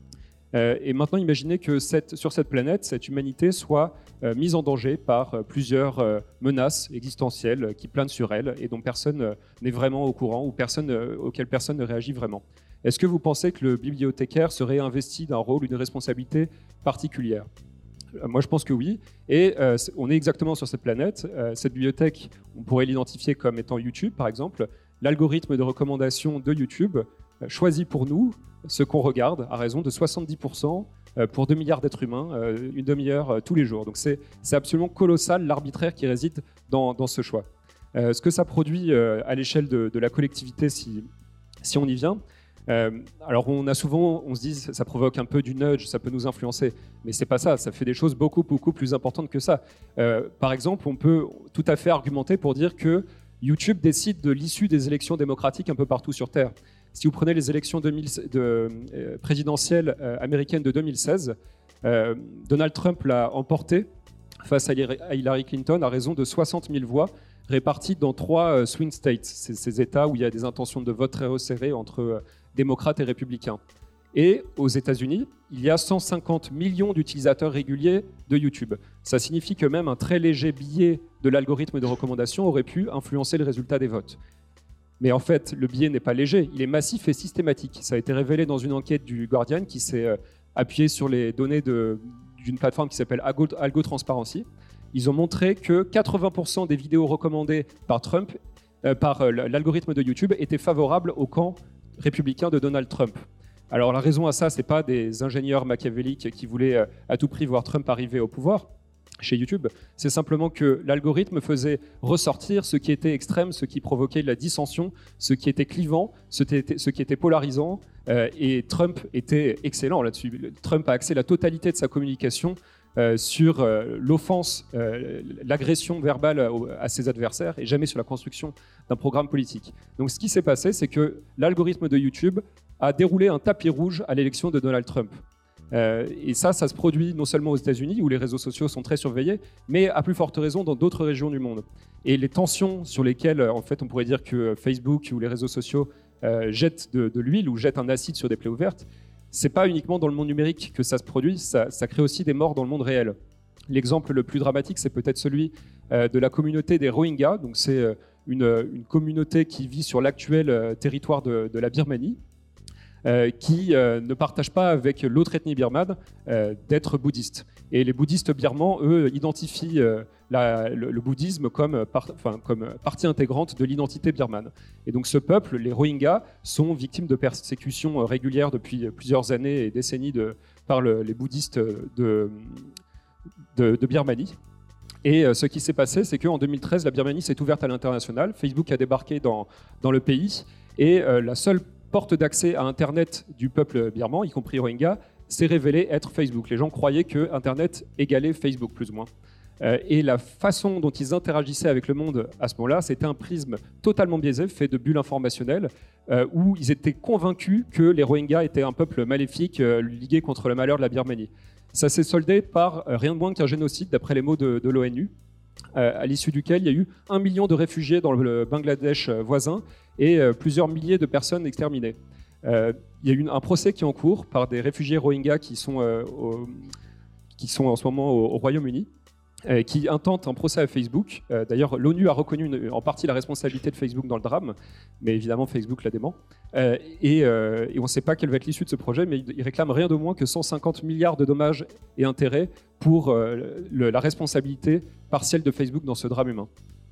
Euh, et maintenant, imaginez que cette, sur cette planète, cette humanité soit euh, mise en danger par euh, plusieurs euh, menaces existentielles euh, qui planent sur elle et dont personne euh, n'est vraiment au courant ou personne, euh, auxquelles personne ne réagit vraiment. Est-ce que vous pensez que le bibliothécaire serait investi d'un rôle, une responsabilité particulière ? euh, Moi, je pense que oui. Et euh, on est exactement sur cette planète. Euh, cette bibliothèque, on pourrait l'identifier comme étant YouTube, par exemple. L'algorithme de recommandation de YouTube euh, choisit pour nous ce qu'on regarde à raison de soixante-dix pour cent pour deux milliards d'êtres humains, euh, une demi-heure euh, tous les jours. Donc c'est, c'est absolument colossal l'arbitraire qui réside dans, dans ce choix. Euh, ce que ça produit euh, à l'échelle de, de la collectivité, si, si on y vient, euh, alors on a souvent, on se dit ça provoque un peu du nudge, ça peut nous influencer, mais c'est pas ça, ça fait des choses beaucoup, beaucoup plus importantes que ça. Euh, par exemple, on peut tout à fait argumenter pour dire que YouTube décide de l'issue des élections démocratiques un peu partout sur Terre. Si vous prenez les élections deux mille, de, euh, présidentielles euh, américaines de deux mille seize, euh, Donald Trump l'a emporté face à Hillary Clinton à raison de soixante mille voix réparties dans trois euh, swing states, ces, ces États où il y a des intentions de vote très resserrées entre euh, démocrates et républicains. Et aux États-Unis, il y a cent cinquante millions d'utilisateurs réguliers de YouTube. Ça signifie que même un très léger biais de l'algorithme de recommandation aurait pu influencer le résultat des votes. Mais en fait, le biais n'est pas léger, il est massif et systématique. Ça a été révélé dans une enquête du Guardian qui s'est euh, appuyée sur les données de, d'une plateforme qui s'appelle Algo, Algo Transparency. Ils ont montré que quatre-vingts pour cent des vidéos recommandées par Trump, euh, par euh, l'algorithme de YouTube, étaient favorables au camp républicain de Donald Trump. Alors la raison à ça, ce n'est pas des ingénieurs machiavéliques qui voulaient euh, à tout prix voir Trump arriver au pouvoir chez YouTube, c'est simplement que l'algorithme faisait ressortir ce qui était extrême, ce qui provoquait de la dissension, ce qui était clivant, ce qui était, ce qui était polarisant, euh, et Trump était excellent là-dessus. Trump a axé la totalité de sa communication euh, sur euh, l'offense, euh, l'agression verbale à, à ses adversaires, et jamais sur la construction d'un programme politique. Donc ce qui s'est passé, c'est que l'algorithme de YouTube a déroulé un tapis rouge à l'élection de Donald Trump. Euh, et ça, ça se produit non seulement aux États-Unis, où les réseaux sociaux sont très surveillés, mais à plus forte raison dans d'autres régions du monde. Et les tensions sur lesquelles, en fait, on pourrait dire que Facebook ou les réseaux sociaux euh, jettent de, de l'huile ou jettent un acide sur des plaies ouvertes, c'est pas uniquement dans le monde numérique que ça se produit, ça, ça crée aussi des morts dans le monde réel. L'exemple le plus dramatique, c'est peut-être celui euh, de la communauté des Rohingyas. Donc, c'est euh, une, une communauté qui vit sur l'actuel euh, territoire de, de la Birmanie. Euh, qui euh, ne partagent pas avec l'autre ethnie birmane euh, d'être bouddhiste. Et les bouddhistes birmans, eux, identifient euh, la, le, le bouddhisme comme, par, enfin, comme partie intégrante de l'identité birmane. Et donc ce peuple, les Rohingyas, sont victimes de persécutions régulières depuis plusieurs années et décennies de, par le, les bouddhistes de, de, de Birmanie. Et euh, ce qui s'est passé, c'est qu'en deux mille treize, la Birmanie s'est ouverte à l'international, Facebook a débarqué dans, dans le pays, et euh, la seule porte d'accès à Internet du peuple birman, y compris Rohingya, s'est révélé être Facebook. Les gens croyaient que Internet égalait Facebook, plus ou moins. Euh, et la façon dont ils interagissaient avec le monde à ce moment-là, c'était un prisme totalement biaisé, fait de bulles informationnelles, euh, où ils étaient convaincus que les Rohingyas étaient un peuple maléfique, euh, ligué contre le malheur de la Birmanie. Ça s'est soldé par euh, rien de moins qu'un génocide, d'après les mots de, de l'ONU, euh, à l'issue duquel il y a eu un million de réfugiés dans le Bangladesh voisin, et euh, plusieurs milliers de personnes exterminées. Euh, il y a eu un procès qui est en cours par des réfugiés Rohingyas qui sont, euh, au, qui sont en ce moment au, au Royaume-Uni, euh, qui intentent un procès à Facebook. Euh, d'ailleurs, l'ONU a reconnu une, en partie la responsabilité de Facebook dans le drame, mais évidemment Facebook la dément. Euh, et, euh, et on ne sait pas quelle va être l'issue de ce projet, mais il réclame rien de moins que cent cinquante milliards de dommages et intérêts pour euh, le, la responsabilité partielle de Facebook dans ce drame humain.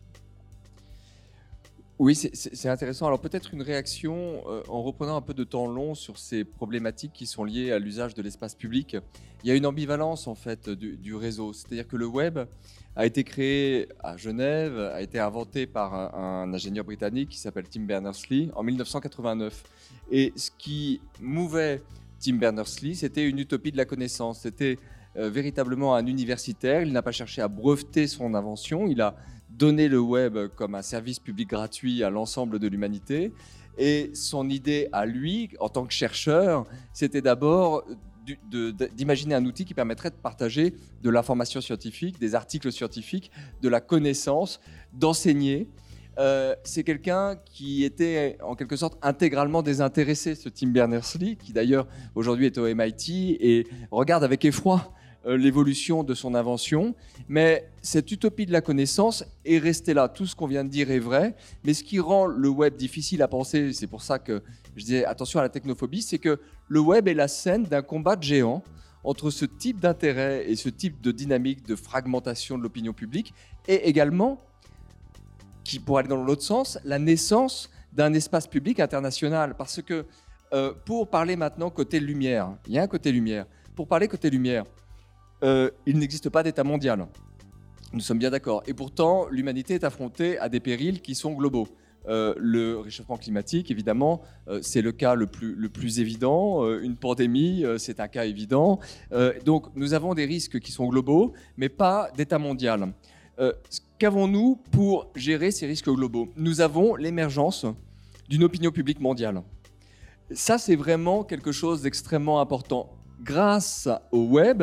Oui, c'est, c'est intéressant. Alors peut-être une réaction euh, en reprenant un peu de temps long sur ces problématiques qui sont liées à l'usage de l'espace public. Il y a une ambivalence en fait du, du réseau, c'est-à-dire que le web a été créé à Genève, a été inventé par un, un ingénieur britannique qui s'appelle Tim Berners-Lee en mille neuf cent quatre-vingt-neuf. Et ce qui mouvait Tim Berners-Lee, c'était une utopie de la connaissance. C'était euh, véritablement un universitaire. Il n'a pas cherché à breveter son invention. Il a donner le web comme un service public gratuit à l'ensemble de l'humanité. Et son idée à lui, en tant que chercheur, c'était d'abord du, de, d'imaginer un outil qui permettrait de partager de l'information scientifique, des articles scientifiques, de la connaissance, d'enseigner. Euh, c'est quelqu'un qui était en quelque sorte intégralement désintéressé, ce Tim Berners-Lee, qui d'ailleurs aujourd'hui est au M I T et regarde avec effroi euh, l'évolution de son invention. Mais cette utopie de la connaissance est restée là. Tout ce qu'on vient de dire est vrai, mais ce qui rend le web difficile à penser, c'est pour ça que je disais attention à la technophobie, c'est que le web est la scène d'un combat de géants entre ce type d'intérêt et ce type de dynamique de fragmentation de l'opinion publique, et également qui, pour aller dans l'autre sens, la naissance d'un espace public international. Parce que euh, pour parler maintenant côté lumière, il y a un côté lumière. Pour parler côté lumière, euh, il n'existe pas d'État mondial. Nous sommes bien d'accord. Et pourtant, l'humanité est affrontée à des périls qui sont globaux. Euh, le réchauffement climatique, évidemment, euh, c'est le cas le plus, le plus évident. Euh, une pandémie, euh, c'est un cas évident. Euh, donc, nous avons des risques qui sont globaux, mais pas d'État mondial. Euh, qu'avons-nous pour gérer ces risques globaux ? Nous avons l'émergence d'une opinion publique mondiale. Ça, c'est vraiment quelque chose d'extrêmement important. Grâce au web,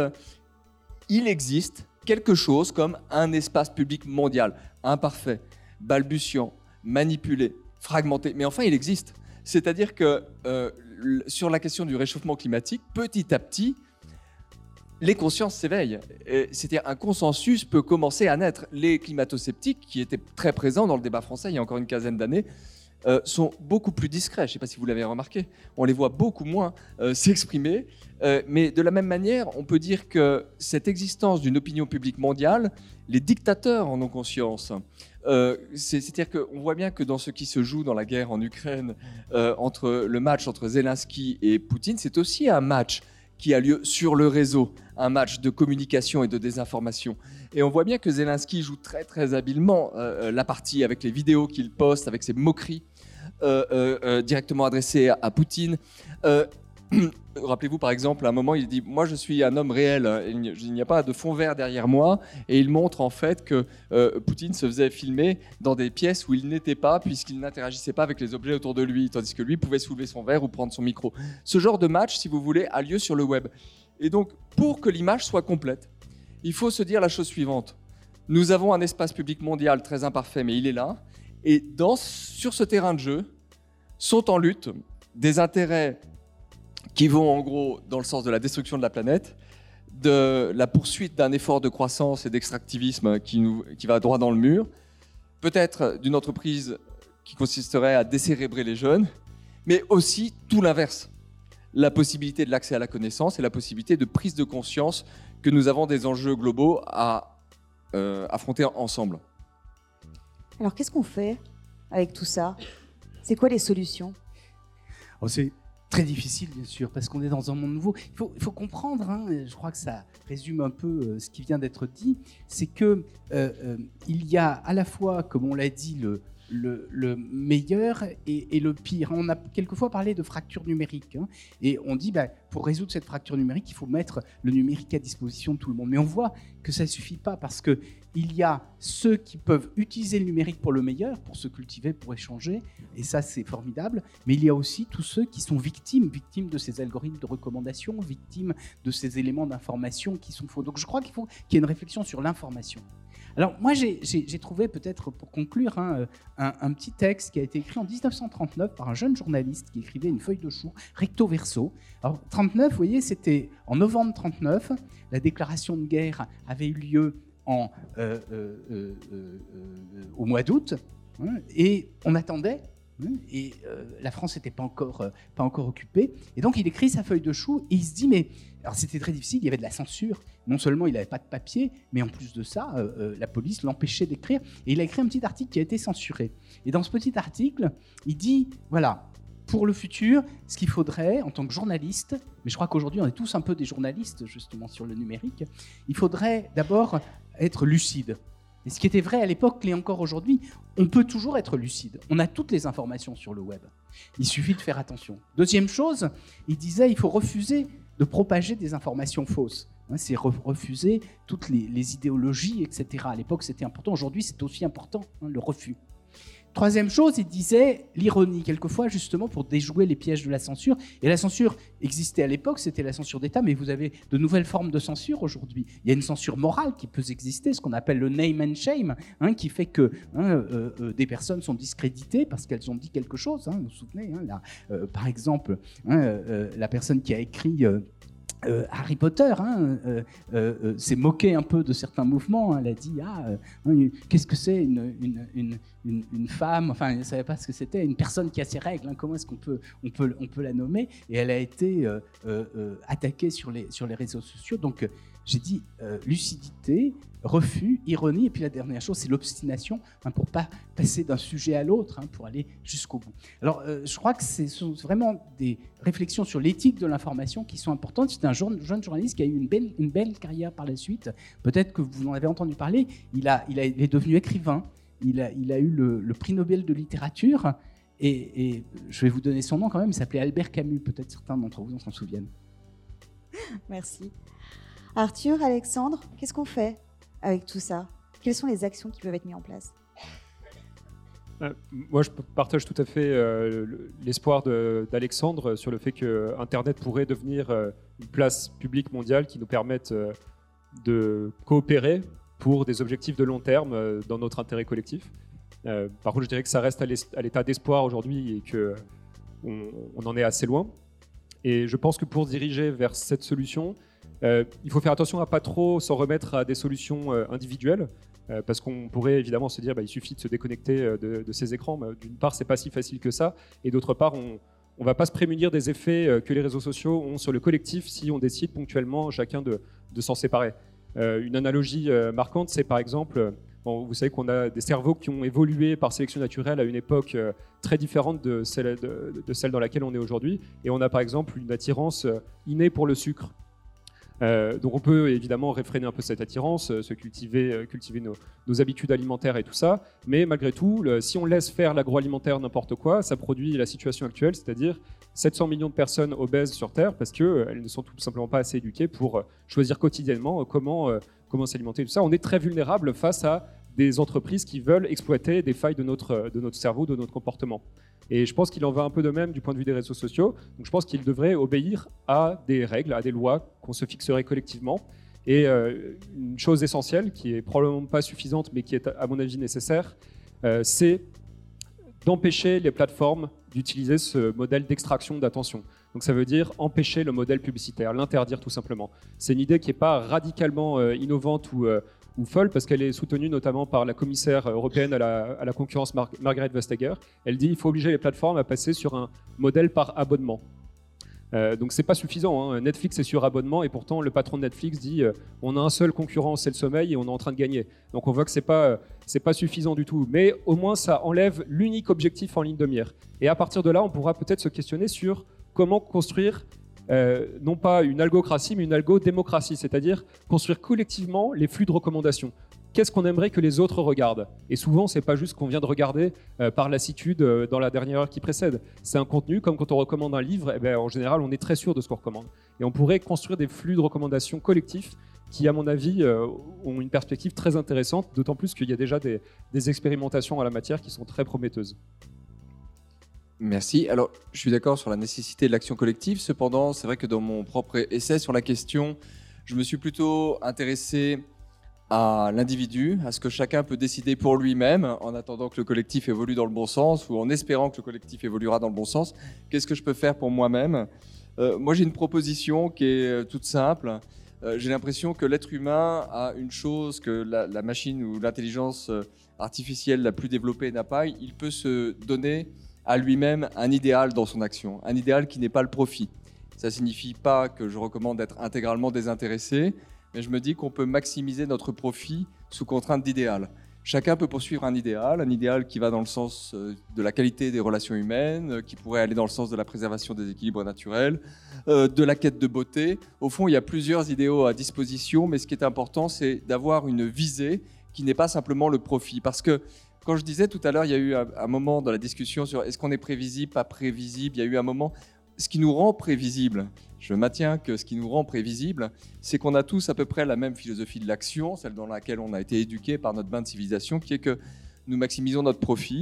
il existe quelque chose comme un espace public mondial, imparfait, balbutiant, manipulé, fragmenté, mais enfin, il existe. C'est-à-dire que euh, sur la question du réchauffement climatique, petit à petit, les consciences s'éveillent. C'est-à-dire un consensus peut commencer à naître. Les climato-sceptiques, qui étaient très présents dans le débat français il y a encore une quinzaine d'années, euh, sont beaucoup plus discrets. Je ne sais pas si vous l'avez remarqué. On les voit beaucoup moins euh, s'exprimer. Euh, mais de la même manière, on peut dire que cette existence d'une opinion publique mondiale, les dictateurs en ont conscience. Euh, c'est, c'est-à-dire qu'on voit bien que dans ce qui se joue dans la guerre en Ukraine, euh, entre le match entre Zelensky et Poutine, c'est aussi un match qui a lieu sur le réseau, un match de communication et de désinformation. Et on voit bien que Zelensky joue très très habilement euh, la partie avec les vidéos qu'il poste, avec ses moqueries euh, euh, euh, directement adressées à, à Poutine. Euh, Rappelez-vous par exemple, à un moment, il dit « Moi, je suis un homme réel, il n'y a pas de fond vert derrière moi ». Et il montre en fait que euh, Poutine se faisait filmer dans des pièces où il n'était pas, puisqu'il n'interagissait pas avec les objets autour de lui, tandis que lui pouvait soulever son verre ou prendre son micro. Ce genre de match, si vous voulez, a lieu sur le web. Et donc, pour que l'image soit complète, il faut se dire la chose suivante. Nous avons un espace public mondial très imparfait, mais il est là. Et dans, sur ce terrain de jeu, sont en lutte des intérêts qui vont en gros dans le sens de la destruction de la planète, de la poursuite d'un effort de croissance et d'extractivisme qui, nous, qui va droit dans le mur, peut-être d'une entreprise qui consisterait à décérébrer les jeunes, mais aussi tout l'inverse, la possibilité de l'accès à la connaissance et la possibilité de prise de conscience que nous avons des enjeux globaux à euh, affronter ensemble. Alors qu'est-ce qu'on fait avec tout ça ? C'est quoi les solutions ? Oh, c'est très difficile, bien sûr, parce qu'on est dans un monde nouveau. Il faut, il faut comprendre, hein, je crois que ça résume un peu euh, ce qui vient d'être dit, c'est qu'il euh, euh, y a à la fois, comme on l'a dit, le, le, le meilleur et, et le pire. On a quelquefois parlé de fracture numérique, hein, et on dit, bah, pour résoudre cette fracture numérique, il faut mettre le numérique à disposition de tout le monde. Mais on voit que ça ne suffit pas, parce que il y a ceux qui peuvent utiliser le numérique pour le meilleur, pour se cultiver, pour échanger, et ça c'est formidable, mais il y a aussi tous ceux qui sont victimes, victimes de ces algorithmes de recommandation, victimes de ces éléments d'information qui sont faux. Donc je crois qu'il faut qu'il y ait une réflexion sur l'information. Alors moi j'ai, j'ai, j'ai trouvé peut-être pour conclure hein, un, un petit texte qui a été écrit en dix-neuf cent trente-neuf par un jeune journaliste qui écrivait une feuille de chou recto verso. Alors trente-neuf, vous voyez, c'était en novembre trente-neuf, la déclaration de guerre avait eu lieu En, euh, euh, euh, euh, au mois d'août, hein, et on attendait, hein, et euh, la France n'était pas encore, euh, pas encore occupée, et donc il écrit sa feuille de chou, et il se dit, mais alors c'était très difficile, il y avait de la censure, non seulement il n'avait pas de papier, mais en plus de ça, euh, euh, la police l'empêchait d'écrire, et il a écrit un petit article qui a été censuré. Et dans ce petit article, il dit, voilà, pour le futur, ce qu'il faudrait, en tant que journaliste, mais je crois qu'aujourd'hui on est tous un peu des journalistes justement sur le numérique, il faudrait d'abord être lucide. Et ce qui était vrai à l'époque l'est encore aujourd'hui, on peut toujours être lucide. On a toutes les informations sur le web. Il suffit de faire attention. Deuxième chose, il disait il faut refuser de propager des informations fausses. C'est refuser toutes les, les idéologies, et cetera. À l'époque, c'était important. Aujourd'hui, c'est aussi important, hein, le refus. troisième chose, il disait l'ironie, quelquefois justement pour déjouer les pièges de la censure. Et la censure existait à l'époque, c'était la censure d'État, mais vous avez de nouvelles formes de censure aujourd'hui. Il y a une censure morale qui peut exister, ce qu'on appelle le name and shame, hein, qui fait que hein, euh, euh, des personnes sont discréditées parce qu'elles ont dit quelque chose. Hein, vous vous souvenez, hein, là, euh, par exemple, hein, euh, la personne qui a écrit... Euh, Euh, Harry Potter hein, euh, euh, s'est moqué un peu de certains mouvements. Hein, elle a dit ah, euh, qu'est-ce que c'est une, une, une, une, une femme, enfin elle ne savait pas ce que c'était, une personne qui a ses règles, hein, comment est-ce qu'on peut, on peut, on peut la nommer. Et elle a été euh, euh, attaquée sur les, sur les réseaux sociaux. Donc euh, j'ai dit euh, lucidité, refus, ironie, et puis la dernière chose, c'est l'obstination, hein, pour ne pas passer d'un sujet à l'autre, hein, pour aller jusqu'au bout. Alors, euh, je crois que ce sont vraiment des réflexions sur l'éthique de l'information qui sont importantes. C'est un jeune, jeune journaliste qui a eu une belle, une belle carrière par la suite. Peut-être que vous en avez entendu parler. Il, a, il, a, il est devenu écrivain. Il a, il a eu le, le prix Nobel de littérature. Et, et je vais vous donner son nom quand même. Il s'appelait Albert Camus. Peut-être certains d'entre vous s'en souviennent. Merci. Arthur, Alexandre, qu'est-ce qu'on fait avec tout ça? Quelles sont les actions qui peuvent être mises en place? euh, Moi, je partage tout à fait euh, l'espoir d'Alexandre sur le fait que Internet pourrait devenir euh, une place publique mondiale qui nous permette euh, de coopérer pour des objectifs de long terme euh, dans notre intérêt collectif. Euh, par contre, je dirais que ça reste à l'état d'espoir aujourd'hui et qu'on on en est assez loin. Et je pense que pour se diriger vers cette solution, Euh, il faut faire attention à ne pas trop s'en remettre à des solutions euh, individuelles, euh, parce qu'on pourrait évidemment se dire bah, il suffit de se déconnecter euh, de, de ces écrans. D'une part, c'est pas si facile que ça, et d'autre part, on ne va pas se prémunir des effets euh, que les réseaux sociaux ont sur le collectif si on décide ponctuellement chacun de, de s'en séparer. Euh, une analogie euh, marquante, c'est par exemple, bon, vous savez qu'on a des cerveaux qui ont évolué par sélection naturelle à une époque euh, très différente de celle, de, de celle dans laquelle on est aujourd'hui, et on a par exemple une attirance euh, innée pour le sucre. Euh, donc on peut évidemment réfréner un peu cette attirance, euh, se cultiver, euh, cultiver nos, nos habitudes alimentaires et tout ça, mais malgré tout, le, si on laisse faire l'agroalimentaire n'importe quoi, ça produit la situation actuelle, c'est-à-dire sept cents millions de personnes obèses sur Terre parce qu'elles euh, ne sont tout simplement pas assez éduquées pour euh, choisir quotidiennement euh, comment, euh, comment s'alimenter et tout ça. On est très vulnérable face à des entreprises qui veulent exploiter des failles de notre, de notre cerveau, de notre comportement. Et je pense qu'il en va un peu de même du point de vue des réseaux sociaux. Donc je pense qu'ils devraient obéir à des règles, à des lois qu'on se fixerait collectivement. Et euh, une chose essentielle, qui est probablement pas suffisante, mais qui est à mon avis nécessaire, euh, c'est d'empêcher les plateformes d'utiliser ce modèle d'extraction d'attention. Donc ça veut dire empêcher le modèle publicitaire, l'interdire tout simplement. C'est une idée qui n'est pas radicalement euh, innovante ou, euh, ou folle, parce qu'elle est soutenue notamment par la commissaire européenne à la, à la concurrence Mar Margrethe Vestager. Elle dit qu'il faut obliger les plateformes à passer sur un modèle par abonnement. Euh, donc c'est pas suffisant, hein. Netflix est sur abonnement et pourtant le patron de Netflix dit euh, on a un seul concurrent, c'est le sommeil et on est en train de gagner. Donc on voit que c'est pas, euh, c'est pas suffisant du tout, mais au moins ça enlève l'unique objectif en ligne de mire. Et à partir de là, on pourra peut-être se questionner sur comment construire euh, non pas une algocratie mais une algodémocratie, c'est-à-dire construire collectivement les flux de recommandations. Qu'est-ce qu'on aimerait que les autres regardent? Et souvent, c'est pas juste qu'on vient de regarder euh, par lassitude euh, dans la dernière heure qui précède. C'est un contenu, comme quand on recommande un livre, eh bien, en général, on est très sûr de ce qu'on recommande. Et on pourrait construire des flux de recommandations collectifs qui, à mon avis, euh, ont une perspective très intéressante, d'autant plus qu'il y a déjà des, des expérimentations en la matière qui sont très prometteuses. Merci. Alors, je suis d'accord sur la nécessité de l'action collective. Cependant, c'est vrai que dans mon propre essai sur la question, je me suis plutôt intéressé à l'individu, à ce que chacun peut décider pour lui-même, en attendant que le collectif évolue dans le bon sens, ou en espérant que le collectif évoluera dans le bon sens. Qu'est-ce que je peux faire pour moi-même? euh, Moi, j'ai une proposition qui est toute simple. Euh, j'ai l'impression que l'être humain a une chose que la, la machine ou l'intelligence artificielle la plus développée n'a pas. Il peut se donner à lui-même un idéal dans son action, un idéal qui n'est pas le profit. Ça ne signifie pas que je recommande d'être intégralement désintéressé, mais je me dis qu'on peut maximiser notre profit sous contrainte d'idéal. Chacun peut poursuivre un idéal, un idéal qui va dans le sens de la qualité des relations humaines, qui pourrait aller dans le sens de la préservation des équilibres naturels, de la quête de beauté. Au fond, il y a plusieurs idéaux à disposition, mais ce qui est important, c'est d'avoir une visée qui n'est pas simplement le profit. Parce que, quand je disais tout à l'heure, il y a eu un moment dans la discussion sur est-ce qu'on est prévisible, pas prévisible, il y a eu un moment... Ce qui nous rend prévisible, je maintiens que ce qui nous rend prévisible, c'est qu'on a tous à peu près la même philosophie de l'action, celle dans laquelle on a été éduqué par notre bain de civilisation, qui est que nous maximisons notre profit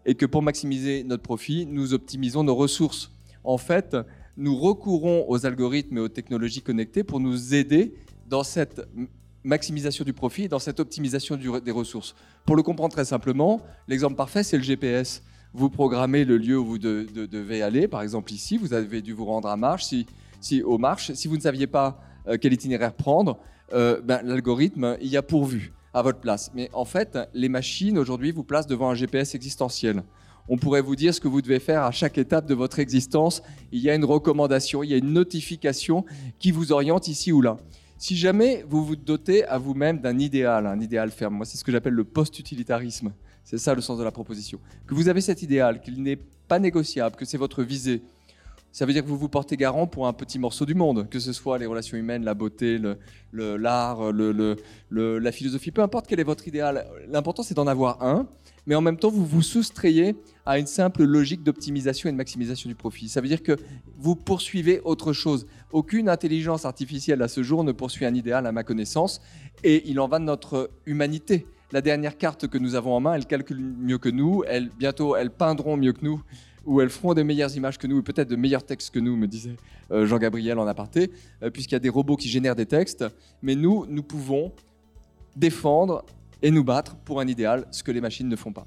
et que pour maximiser notre profit, nous optimisons nos ressources. En fait, nous recourons aux algorithmes et aux technologies connectées pour nous aider dans cette maximisation du profit et dans cette optimisation du, des ressources. Pour le comprendre très simplement, l'exemple parfait, c'est le G P S. Vous programmez le lieu où vous de, de, devez aller. Par exemple, ici, vous avez dû vous rendre à Marche. Si, si, aux Marches, si vous ne saviez pas euh, quel itinéraire prendre, euh, ben, l'algorithme y a pourvu à votre place. Mais en fait, les machines, aujourd'hui, vous placent devant un G P S existentiel. On pourrait vous dire ce que vous devez faire à chaque étape de votre existence. Il y a une recommandation, il y a une notification qui vous oriente ici ou là. Si jamais vous vous dotez à vous-même d'un idéal, un idéal ferme, moi c'est ce que j'appelle le post-utilitarisme, c'est ça le sens de la proposition, que vous avez cet idéal, qu'il n'est pas négociable, que c'est votre visée, ça veut dire que vous vous portez garant pour un petit morceau du monde, que ce soit les relations humaines, la beauté, le, le, l'art, le, le, le, la philosophie, peu importe quel est votre idéal, l'important c'est d'en avoir un, mais en même temps vous vous soustrayez à une simple logique d'optimisation et de maximisation du profit. Ça veut dire que vous poursuivez autre chose. Aucune intelligence artificielle à ce jour ne poursuit un idéal à ma connaissance, et il en va de notre humanité. La dernière carte que nous avons en main, elles calculent mieux que nous, elles, bientôt elles peindront mieux que nous, ou elles feront des meilleures images que nous, et peut-être de meilleurs textes que nous, me disait euh, Jean-Gabriel en aparté, euh, puisqu'il y a des robots qui génèrent des textes, mais nous, nous pouvons défendre et nous battre pour un idéal, ce que les machines ne font pas.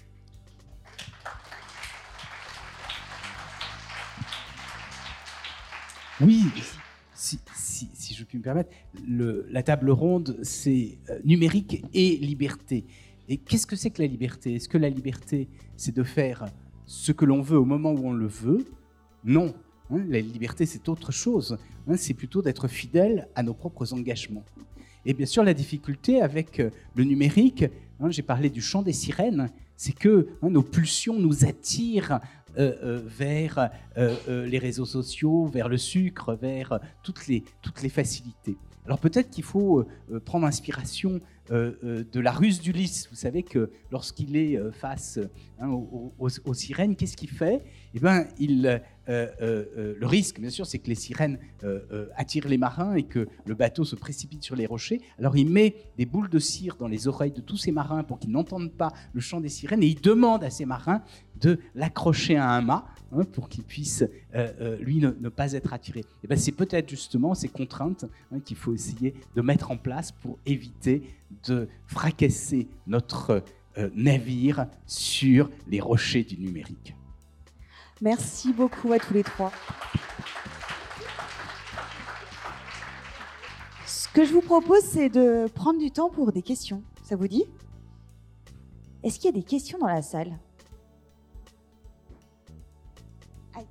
Oui, si, si, si je puis me permettre, le, la table ronde, c'est euh, numérique et liberté. Et qu'est-ce que c'est que la liberté? Est-ce que la liberté, c'est de faire ce que l'on veut au moment où on le veut? Non. Hein, la liberté, c'est autre chose. Hein, c'est plutôt d'être fidèle à nos propres engagements. Et bien sûr, la difficulté avec euh, le numérique, hein, j'ai parlé du chant des sirènes, c'est que hein, nos pulsions nous attirent Euh, euh, vers euh, euh, les réseaux sociaux, vers le sucre, vers euh, toutes, les, toutes les facilités. Alors peut-être qu'il faut euh, prendre inspiration euh, euh, de la ruse d'Ulysse. Vous savez que lorsqu'il est euh, face hein, aux, aux, aux sirènes, qu'est-ce qu'il fait? Eh ben, il, euh, euh, euh, le risque, bien sûr, c'est que les sirènes euh, euh, attirent les marins et que le bateau se précipite sur les rochers. Alors il met des boules de cire dans les oreilles de tous ces marins pour qu'ils n'entendent pas le chant des sirènes, et il demande à ces marins de l'accrocher à un mât hein, pour qu'il puisse, euh, euh, lui, ne, ne pas être attiré. Et ben, c'est peut-être justement ces contraintes hein, qu'il faut essayer de mettre en place pour éviter de fracasser notre euh, navire sur les rochers du numérique. Merci beaucoup à tous les trois. Ce que je vous propose, c'est de prendre du temps pour des questions. Ça vous dit? Est-ce qu'il y a des questions dans la salle? Aïe.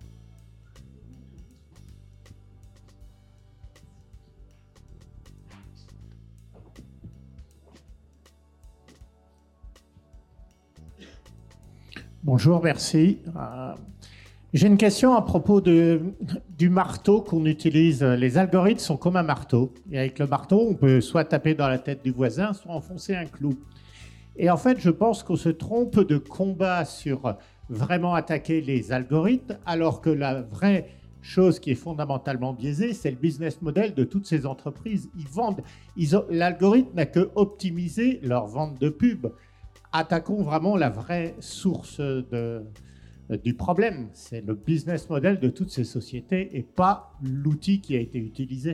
Bonjour, merci. Euh, j'ai une question à propos de, du marteau qu'on utilise. Les algorithmes sont comme un marteau. Et avec le marteau, on peut soit taper dans la tête du voisin, soit enfoncer un clou. Et en fait, je pense qu'on se trompe de combat sur vraiment attaquer les algorithmes, alors que la vraie chose qui est fondamentalement biaisée, c'est le business model de toutes ces entreprises. Ils vendent, ils ont, l'algorithme n'a que optimisé leur vente de pub. Attaquons vraiment la vraie source de, du problème. C'est le business model de toutes ces sociétés et pas l'outil qui a été utilisé.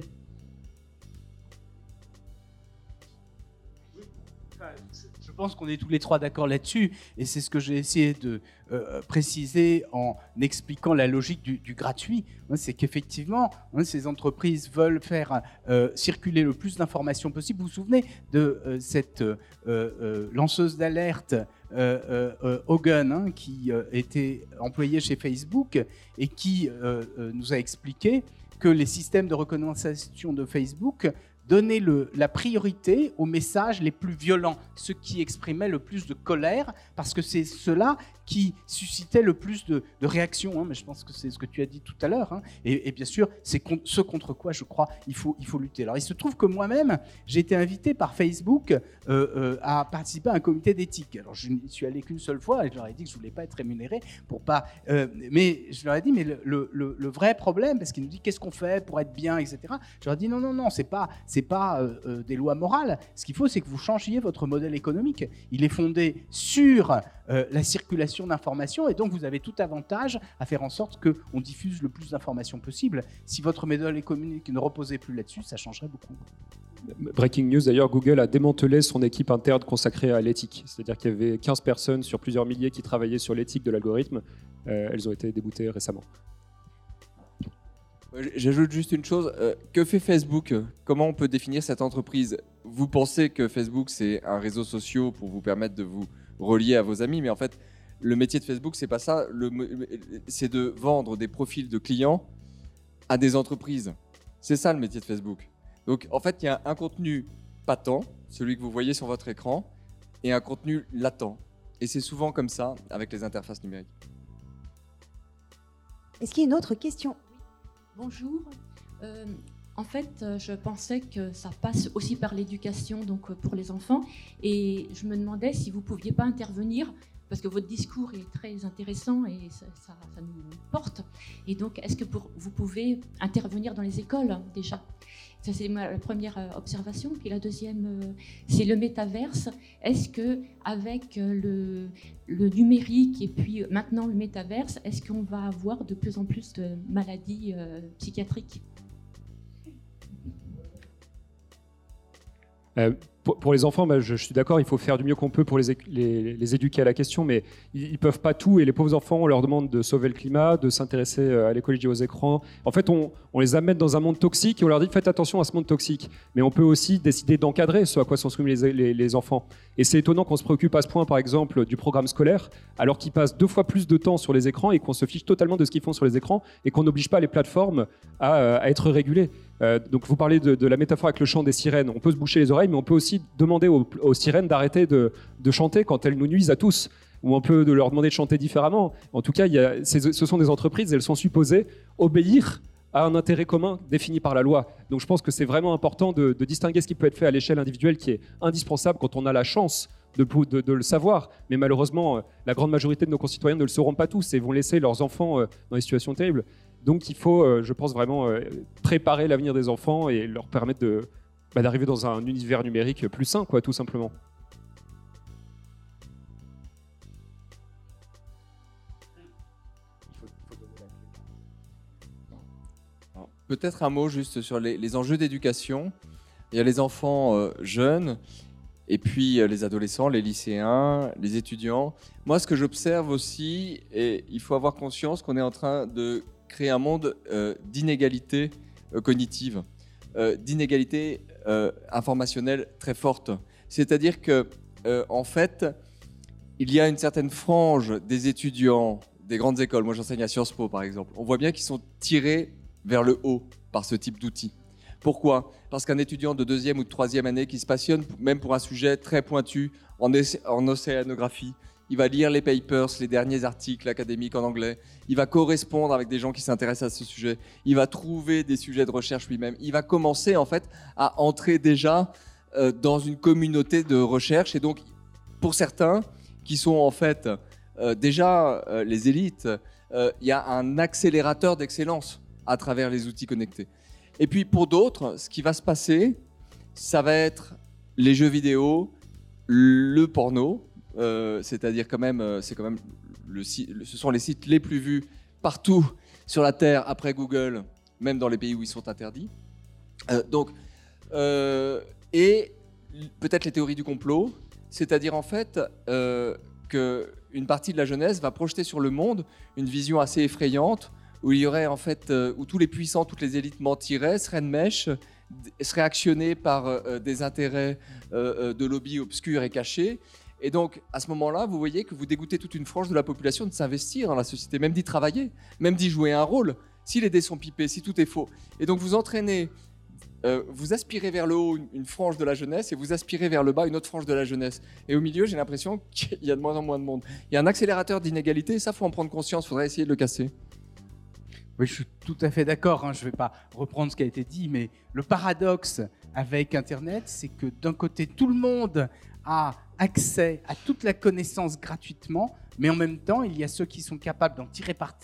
Je pense qu'on est tous les trois d'accord là-dessus, et c'est ce que j'ai essayé de euh, préciser en expliquant la logique du, du gratuit. Hein, c'est qu'effectivement, hein, ces entreprises veulent faire euh, circuler le plus d'informations possible. Vous vous souvenez de euh, cette euh, euh, lanceuse d'alerte euh, euh, Hogan, hein, qui euh, était employée chez Facebook et qui euh, euh, nous a expliqué que les systèmes de reconnaissance de Facebook donner le, la priorité aux messages les plus violents, ceux qui exprimaient le plus de colère, parce que c'est ceux-là qui suscitaient le plus de, de réactions. Hein, mais je pense que c'est ce que tu as dit tout à l'heure. Hein, et, et bien sûr, c'est con, ce contre quoi, je crois, il faut, il faut lutter. Alors, il se trouve que moi-même, j'ai été invité par Facebook euh, euh, à participer à un comité d'éthique. Alors, je n'y suis allé qu'une seule fois et je leur ai dit que je ne voulais pas être rémunéré pour pas... Euh, mais je leur ai dit, mais le, le, le vrai problème, parce qu'ils nous disent qu'est-ce qu'on fait pour être bien, et cetera. Je leur ai dit, non, non, non, c'est pas... C'est c'est pas euh, euh, des lois morales. Ce qu'il faut, c'est que vous changiez votre modèle économique. Il est fondé sur euh, la circulation d'informations, et donc vous avez tout avantage à faire en sorte qu'on diffuse le plus d'informations possible. Si votre modèle économique ne reposait plus là-dessus, ça changerait beaucoup. Breaking news, d'ailleurs, Google a démantelé son équipe interne consacrée à l'éthique. C'est-à-dire qu'il y avait quinze personnes sur plusieurs milliers qui travaillaient sur l'éthique de l'algorithme. Euh, elles ont été déboutées récemment. J'ajoute juste une chose. Euh, que fait Facebook? Comment on peut définir cette entreprise? Vous pensez que Facebook, c'est un réseau social pour vous permettre de vous relier à vos amis, mais en fait, le métier de Facebook, c'est pas ça. Le, c'est de vendre des profils de clients à des entreprises. C'est ça le métier de Facebook. Donc, en fait, il y a un contenu patent, celui que vous voyez sur votre écran, et un contenu latent. Et c'est souvent comme ça avec les interfaces numériques. Est-ce qu'il y a une autre question? Bonjour. Euh, en fait, je pensais que ça passe aussi par l'éducation, donc pour les enfants, et je me demandais si vous ne pouviez pas intervenir, parce que votre discours est très intéressant et ça, ça, ça nous porte. Et donc, est-ce que pour, vous pouvez intervenir dans les écoles déjà? Ça, c'est ma la première observation. Puis la deuxième, euh, c'est le métaverse. Est-ce que avec le, le numérique et puis maintenant le métaverse, est-ce qu'on va avoir de plus en plus de maladies euh, psychiatriques? Euh, pour, pour les enfants, bah, je, je suis d'accord, il faut faire du mieux qu'on peut pour les, les, les éduquer à la question, mais ils ne peuvent pas tout. Et les pauvres enfants, on leur demande de sauver le climat, de s'intéresser à l'écologie, aux écrans. En fait, on, on les amène dans un monde toxique et on leur dit faites attention à ce monde toxique. Mais on peut aussi décider d'encadrer ce à quoi sont soumis les, les, les enfants. Et c'est étonnant qu'on se préoccupe à ce point, par exemple, du programme scolaire, alors qu'ils passent deux fois plus de temps sur les écrans et qu'on se fiche totalement de ce qu'ils font sur les écrans et qu'on n'oblige pas les plateformes à, à être régulées. Euh, donc vous parlez de, de la métaphore avec le chant des sirènes. On peut se boucher les oreilles, mais on peut aussi demander aux, aux sirènes d'arrêter de, de chanter quand elles nous nuisent à tous. Ou on peut de leur demander de chanter différemment. En tout cas, il y a, ce sont des entreprises, elles sont supposées obéir à un intérêt commun défini par la loi. Donc je pense que c'est vraiment important de, de distinguer ce qui peut être fait à l'échelle individuelle, qui est indispensable quand on a la chance de, de, de le savoir. Mais malheureusement, la grande majorité de nos concitoyens ne le sauront pas tous et vont laisser leurs enfants dans des situations terribles. Donc il faut, je pense, vraiment préparer l'avenir des enfants et leur permettre de, bah, d'arriver dans un univers numérique plus sain, quoi, tout simplement. Peut-être un mot juste sur les, les enjeux d'éducation. Il y a les enfants euh, jeunes, et puis euh, les adolescents, les lycéens, les étudiants. Moi, ce que j'observe aussi, et il faut avoir conscience qu'on est en train de créer un monde euh, d'inégalité euh, cognitive, euh, d'inégalité euh, informationnelle très forte. C'est-à-dire que, euh, en fait, il y a une certaine frange des étudiants des grandes écoles. Moi, j'enseigne à Sciences Po, par exemple. On voit bien qu'ils sont tirés vers le haut par ce type d'outils. Pourquoi? Parce qu'un étudiant de deuxième ou de troisième année qui se passionne même pour un sujet très pointu en, en océanographie, il va lire les papers, les derniers articles académiques en anglais, il va correspondre avec des gens qui s'intéressent à ce sujet, il va trouver des sujets de recherche lui-même, il va commencer en fait à entrer déjà euh, dans une communauté de recherche. Et donc pour certains qui sont en fait euh, déjà euh, les élites, euh, il y a un accélérateur d'excellence à travers les outils connectés. Et puis pour d'autres, ce qui va se passer, ça va être les jeux vidéo, le porno, euh, c'est-à-dire quand même, c'est quand même le, ce sont les sites les plus vus partout sur la Terre après Google, même dans les pays où ils sont interdits. Euh, donc, euh, et peut-être les théories du complot, c'est-à-dire en fait euh, qu'une partie de la jeunesse va projeter sur le monde une vision assez effrayante, où il y aurait en fait, euh, où tous les puissants, toutes les élites mentiraient, seraient de mèche, seraient actionnés par euh, des intérêts euh, de lobbies obscurs et cachés. Et donc, à ce moment-là, vous voyez que vous dégoûtez toute une frange de la population de s'investir dans la société, même d'y travailler, même d'y jouer un rôle, si les dés sont pipés, si tout est faux. Et donc, vous entraînez, euh, vous aspirez vers le haut une, une frange de la jeunesse et vous aspirez vers le bas une autre frange de la jeunesse. Et au milieu, j'ai l'impression qu'il y a de moins en moins de monde. Il y a un accélérateur d'inégalité et ça, il faut en prendre conscience, il faudrait essayer de le casser. Oui, je suis tout à fait d'accord, hein. Je ne vais pas reprendre ce qui a été dit, mais le paradoxe avec Internet, c'est que d'un côté, tout le monde a accès à toute la connaissance gratuitement, mais en même temps, il y a ceux qui sont capables d'en tirer parti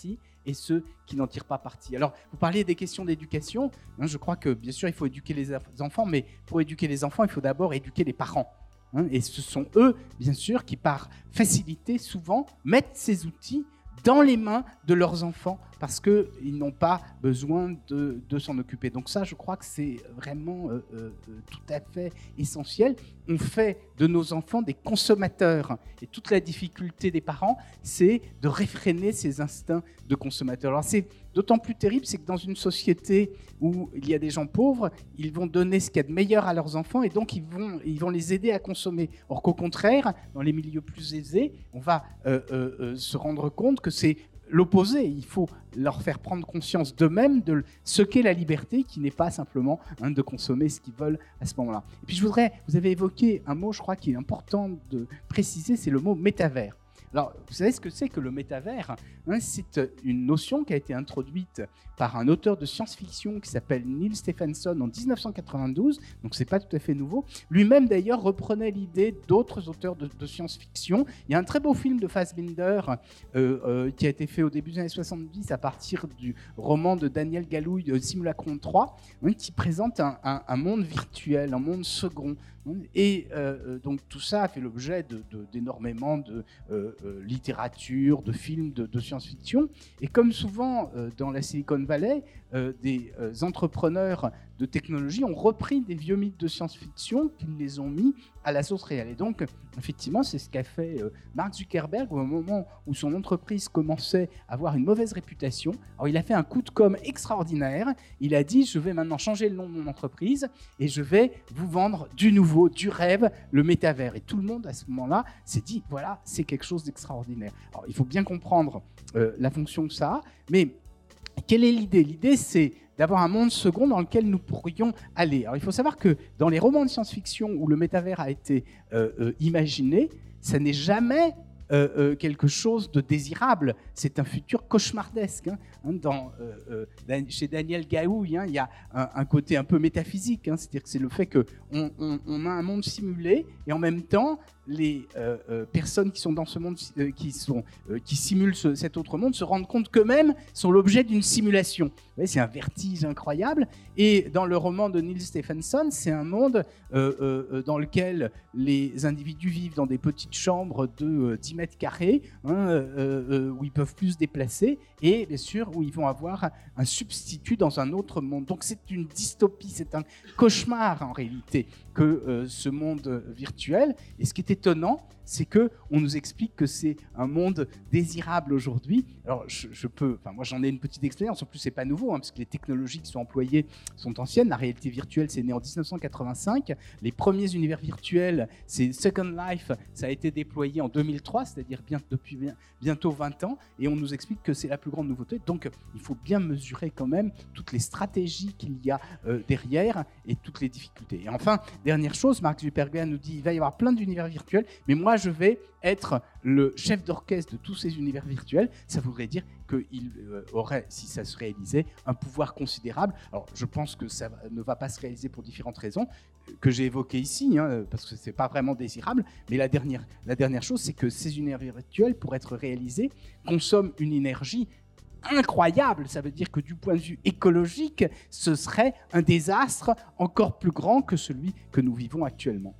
et ceux qui n'en tirent pas parti. Alors, vous parliez des questions d'éducation. Hein, je crois que, bien sûr, il faut éduquer les enfants, mais pour éduquer les enfants, il faut d'abord éduquer les parents. Hein, et ce sont eux, bien sûr, qui, par facilité, souvent, mettent ces outils dans les mains de leurs enfants parce qu'ils n'ont pas besoin de, de s'en occuper. Donc ça, je crois que c'est vraiment euh, euh, tout à fait essentiel. On fait de nos enfants des consommateurs. Et toute la difficulté des parents, c'est de réfréner ces instincts de consommateurs. Alors c'est d'autant plus terrible, c'est que dans une société où il y a des gens pauvres, ils vont donner ce qu'il y a de meilleur à leurs enfants et donc ils vont, ils vont les aider à consommer. Or qu'au contraire, dans les milieux plus aisés, on va euh, euh, euh, se rendre compte que c'est l'opposé. Il faut leur faire prendre conscience d'eux-mêmes de ce qu'est la liberté, qui n'est pas simplement hein, de consommer ce qu'ils veulent à ce moment-là. Et puis je voudrais, vous avez évoqué un mot, je crois, qui est important de préciser, c'est le mot métavers. Alors, vous savez ce que c'est que le métavers, hein? C'est une notion qui a été introduite par un auteur de science-fiction qui s'appelle Neil Stephenson en dix-neuf cent quatre-vingt-douze, donc c'est pas tout à fait nouveau. Lui-même d'ailleurs reprenait l'idée d'autres auteurs de, de science-fiction. Il y a un très beau film de Fassbinder euh, euh, qui a été fait au début des années soixante-dix à partir du roman de Daniel Galouille, euh, Simulacron trois, hein, qui présente un, un, un monde virtuel, un monde second. Et euh, donc tout ça a fait l'objet de, de, d'énormément de euh, euh, littérature, de films de, de science-fiction. Et comme souvent euh, dans la Silicon Valley, euh, des euh, entrepreneurs de technologie ont repris des vieux mythes de science-fiction qu'ils les ont mis à la sauce réelle. Et donc, effectivement, c'est ce qu'a fait euh, Mark Zuckerberg au moment où son entreprise commençait à avoir une mauvaise réputation. Alors, il a fait un coup de com' extraordinaire. Il a dit, je vais maintenant changer le nom de mon entreprise et je vais vous vendre du nouveau, du rêve, le métavers. Et tout le monde, à ce moment-là, s'est dit, voilà, c'est quelque chose d'extraordinaire. Alors, il faut bien comprendre euh, la fonction que ça a, mais quelle est l'idée ? L'idée, c'est d'avoir un monde second dans lequel nous pourrions aller. Alors, il faut savoir que dans les romans de science-fiction où le métavers a été euh, euh, imaginé, ça n'est jamais euh, euh, quelque chose de désirable. C'est un futur cauchemardesque. Hein. Dans, euh, euh, chez Daniel Gaouille, hein, il y a un, un côté un peu métaphysique. Hein. C'est-à-dire que c'est le fait qu'on on, on a un monde simulé et en même temps, les euh, euh, personnes qui sont dans ce monde, euh, qui, sont, euh, qui simulent ce, cet autre monde, se rendent compte qu'eux-mêmes sont l'objet d'une simulation. Vous voyez, c'est un vertige incroyable. Et dans le roman de Neil Stephenson, c'est un monde euh, euh, dans lequel les individus vivent dans des petites chambres de euh, dix mètres carrés, hein, euh, euh, où ils peuvent plus se déplacer, et bien sûr où ils vont avoir un substitut dans un autre monde. Donc c'est une dystopie, c'est un cauchemar en réalité que euh, ce monde virtuel. Et ce qui est étonnant, c'est que on nous explique que c'est un monde désirable aujourd'hui. Alors je, je peux, enfin moi j'en ai une petite expérience. En plus c'est pas nouveau, hein, parce que les technologies qui sont employées sont anciennes. La réalité virtuelle, c'est né en dix-neuf cent quatre-vingt-cinq. Les premiers univers virtuels, c'est Second Life, ça a été déployé en deux mille trois, c'est-à-dire bien, depuis bien, bientôt vingt ans. Et on nous explique que c'est la plus grande nouveauté. Donc il faut bien mesurer quand même toutes les stratégies qu'il y a euh, derrière et toutes les difficultés. Et enfin, dernière chose, Mark Zuckerberg nous dit il va y avoir plein d'univers virtuels, mais moi je vais être le chef d'orchestre de tous ces univers virtuels. Ça voudrait dire qu'il euh, aurait, si ça se réalisait, un pouvoir considérable. Alors je pense que ça ne va pas se réaliser pour différentes raisons que j'ai évoquées ici, hein, parce que ce n'est pas vraiment désirable, mais la dernière, la dernière chose, c'est que ces univers virtuels, pour être réalisés, consomment une énergie incroyable. Ça veut dire que du point de vue écologique, ce serait un désastre encore plus grand que celui que nous vivons actuellement.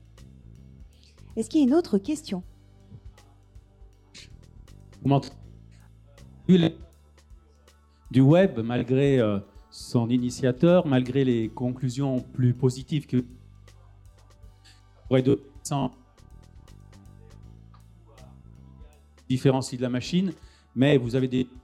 Est-ce qu'il y a une autre question ? Du web, malgré euh, son initiateur, malgré les conclusions plus positives que pourrait donner sans différencier de la machine, mais vous avez des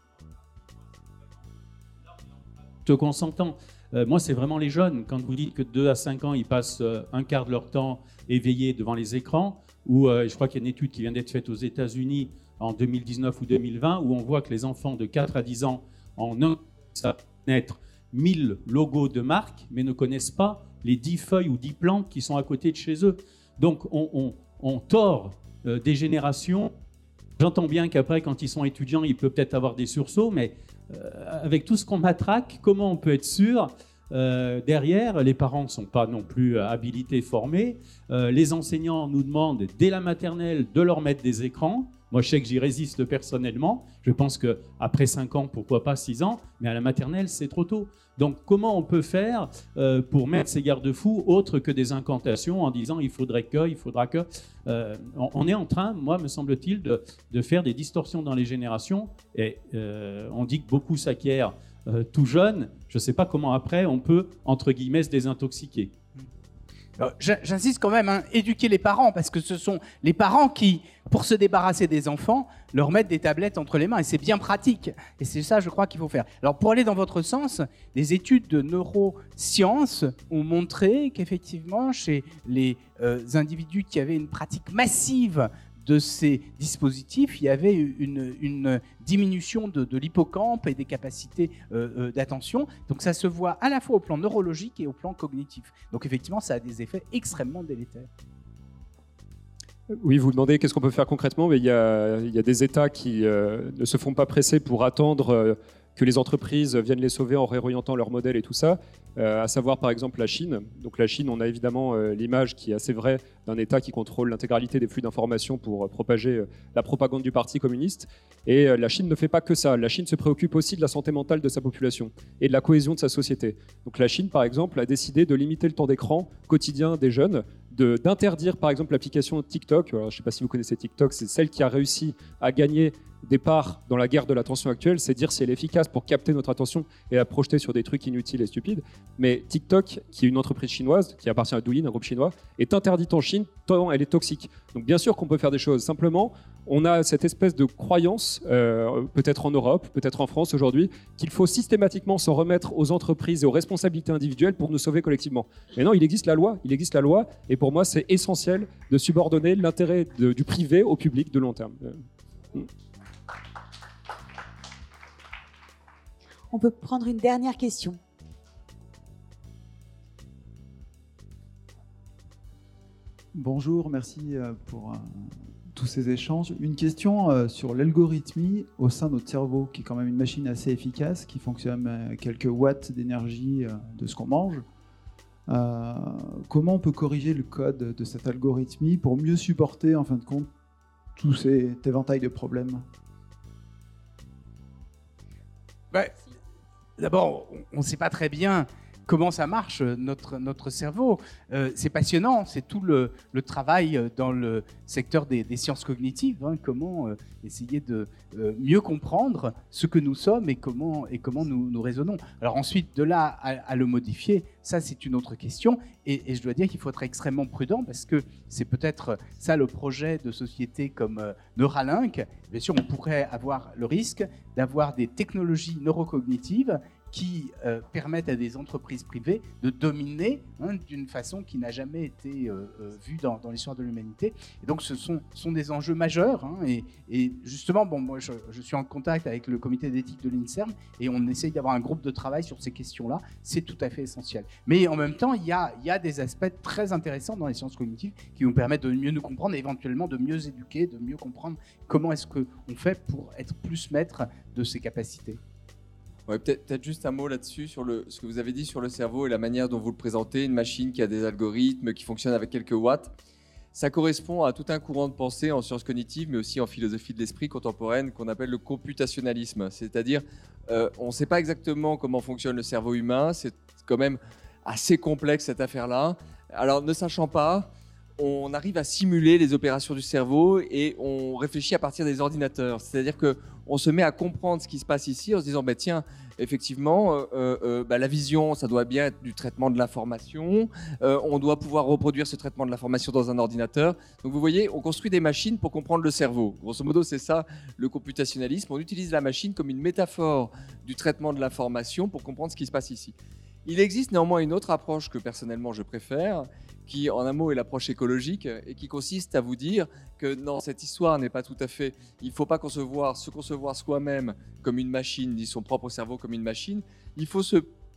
qu'on s'entend. Euh, moi, c'est vraiment les jeunes. Quand vous dites que de deux à cinq ans, ils passent euh, un quart de leur temps éveillés devant les écrans, ou euh, je crois qu'il y a une étude qui vient d'être faite aux États-Unis en deux mille dix-neuf ou deux mille vingt, où on voit que les enfants de quatre à dix ans, en un, savent connaître mille logos de marques, mais ne connaissent pas les dix feuilles ou dix plantes qui sont à côté de chez eux. Donc, on, on, on tord euh, des générations. J'entends bien qu'après, quand ils sont étudiants, il peut peut-être avoir des sursauts, mais euh, avec tout ce qu'on matraque, comment on peut être sûr euh, derrière, les parents ne sont pas non plus habilités, formés. Euh, les enseignants nous demandent, dès la maternelle, de leur mettre des écrans. Moi, je sais que j'y résiste personnellement. Je pense qu'après cinq ans, pourquoi pas six ans, mais à la maternelle, c'est trop tôt. Donc, comment on peut faire euh, pour mettre ces garde-fous autres que des incantations en disant il faudrait que, il faudra que. Euh, on, on est en train, moi, me semble-t-il, de, de faire des distorsions dans les générations. Et euh, on dit que beaucoup s'acquièrent euh, tout jeune. Je ne sais pas comment après on peut, entre guillemets, se désintoxiquer. Alors, j'insiste quand même, hein, éduquer les parents, parce que ce sont les parents qui, pour se débarrasser des enfants, leur mettent des tablettes entre les mains, et c'est bien pratique. Et c'est ça, je crois, qu'il faut faire. Alors, pour aller dans votre sens, des études de neurosciences ont montré qu'effectivement, chez les euh, individus qui avaient une pratique massive de ces dispositifs, il y avait une, une diminution de, de l'hippocampe et des capacités euh, euh, d'attention. Donc ça se voit à la fois au plan neurologique et au plan cognitif. Donc effectivement, ça a des effets extrêmement délétères. Oui, vous demandez qu'est-ce qu'on peut faire concrètement, mais il y a, il y a des États qui euh, ne se font pas presser pour attendre euh, que les entreprises viennent les sauver en réorientant leur modèle et tout ça, euh, à savoir par exemple la Chine. Donc la Chine, on a évidemment euh, l'image qui est assez vraie d'un État qui contrôle l'intégralité des flux d'informations pour euh, propager euh, la propagande du Parti communiste. Et euh, la Chine ne fait pas que ça. La Chine se préoccupe aussi de la santé mentale de sa population et de la cohésion de sa société. Donc la Chine, par exemple, a décidé de limiter le temps d'écran quotidien des jeunes, de, d'interdire par exemple l'application TikTok. Alors, je ne sais pas si vous connaissez TikTok, c'est celle qui a réussi à gagner des parts dans la guerre de l'attention actuelle, c'est dire si elle est efficace pour capter notre attention et la projeter sur des trucs inutiles et stupides. Mais TikTok, qui est une entreprise chinoise, qui appartient à Douyin, un groupe chinois, est interdite en Chine tant elle est toxique. Donc bien sûr qu'on peut faire des choses. Simplement, on a cette espèce de croyance, euh, peut-être en Europe, peut-être en France aujourd'hui, qu'il faut systématiquement s'en remettre aux entreprises et aux responsabilités individuelles pour nous sauver collectivement. Mais non, il existe la loi, il existe la loi, et pour moi, c'est essentiel de subordonner l'intérêt de, du privé au public de long terme. Euh, On peut prendre une dernière question. Bonjour, merci pour euh, tous ces échanges. Une question euh, sur l'algorithmie au sein de notre cerveau, qui est quand même une machine assez efficace, qui fonctionne à quelques watts d'énergie euh, de ce qu'on mange. Euh, comment on peut corriger le code de cette algorithmie pour mieux supporter, en fin de compte, tout cet éventail de problèmes? Ouais. D'abord, on ne sait pas très bien comment ça marche, notre, notre cerveau. Euh, c'est passionnant, c'est tout le, le travail dans le secteur des, des sciences cognitives, hein, comment euh, essayer de euh, mieux comprendre ce que nous sommes et comment, et comment nous, nous raisonnons. Alors ensuite, de là à, à le modifier, ça c'est une autre question, et, et je dois dire qu'il faut être extrêmement prudent, parce que c'est peut-être ça le projet de sociétés comme euh, Neuralink. Bien sûr, on pourrait avoir le risque d'avoir des technologies neurocognitives qui euh, permettent à des entreprises privées de dominer, hein, d'une façon qui n'a jamais été euh, euh, vue dans, dans l'histoire de l'humanité. Et donc ce sont, sont des enjeux majeurs, hein, et, et justement, bon, moi je, je suis en contact avec le comité d'éthique de l'INSERM, et on essaye d'avoir un groupe de travail sur ces questions-là. C'est tout à fait essentiel. Mais en même temps, il y a, il y a des aspects très intéressants dans les sciences cognitives qui nous permettent de mieux nous comprendre et éventuellement de mieux éduquer, de mieux comprendre comment est-ce qu'on fait pour être plus maître de ces capacités. Ouais, peut-être, peut-être juste un mot là-dessus, sur le, ce que vous avez dit sur le cerveau et la manière dont vous le présentez, une machine qui a des algorithmes, qui fonctionne avec quelques watts. Ça correspond à tout un courant de pensée en sciences cognitives, mais aussi en philosophie de l'esprit contemporaine, qu'on appelle le computationalisme. C'est-à-dire, euh, on ne sait pas exactement comment fonctionne le cerveau humain, c'est quand même assez complexe cette affaire-là. Alors, ne sachant pas, on arrive à simuler les opérations du cerveau et on réfléchit à partir des ordinateurs. C'est-à-dire qu'on se met à comprendre ce qui se passe ici en se disant bah, tiens, effectivement, euh, euh, bah, la vision, ça doit bien être du traitement de l'information. Euh, on doit pouvoir reproduire ce traitement de l'information dans un ordinateur. Donc vous voyez, on construit des machines pour comprendre le cerveau. Grosso modo, c'est ça le computationalisme. On utilise la machine comme une métaphore du traitement de l'information pour comprendre ce qui se passe ici. Il existe néanmoins une autre approche que personnellement je préfère, qui en un mot est l'approche écologique et qui consiste à vous dire que non, cette histoire n'est pas tout à fait, il ne faut pas concevoir, se concevoir soi-même comme une machine, ni son propre cerveau comme une machine, il faut se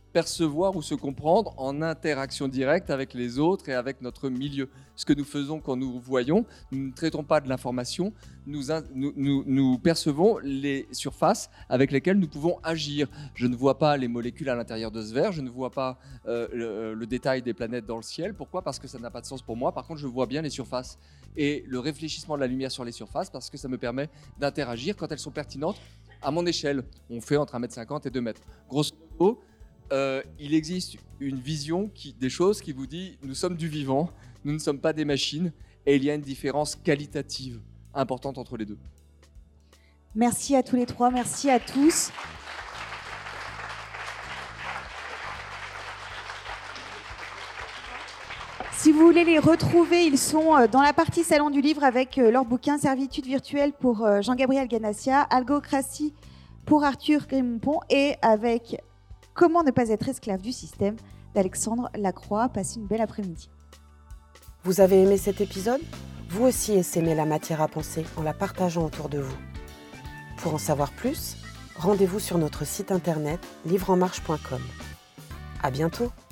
percevoir ou se comprendre en interaction directe avec les autres et avec notre milieu. Ce que nous faisons quand nous voyons, nous ne traitons pas de l'information, nous, nous, nous, nous percevons les surfaces avec lesquelles nous pouvons agir. Je ne vois pas les molécules à l'intérieur de ce verre, je ne vois pas euh, le, le détail des planètes dans le ciel. Pourquoi ? Parce que ça n'a pas de sens pour moi. Par contre, je vois bien les surfaces et le réfléchissement de la lumière sur les surfaces, parce que ça me permet d'interagir quand elles sont pertinentes à mon échelle. On fait entre un mètre cinquante et deux mètres. Grosso modo, Euh, il existe une vision qui, des choses qui vous dit nous sommes du vivant, nous ne sommes pas des machines, et il y a une différence qualitative importante entre les deux. Merci à tous les trois, merci à tous. Si vous voulez les retrouver, ils sont dans la partie salon du livre avec leur bouquin Servitude virtuelle pour Jean-Gabriel Ganassia, Algocratie pour Arthur Grimont et avec Comment ne pas être esclave du système d'Alexandre Lacroix. Passez une belle après-midi. Vous avez aimé cet épisode ? Vous aussi essaimez la matière à penser en la partageant autour de vous. Pour en savoir plus, rendez-vous sur notre site internet livre en marche point com. À bientôt.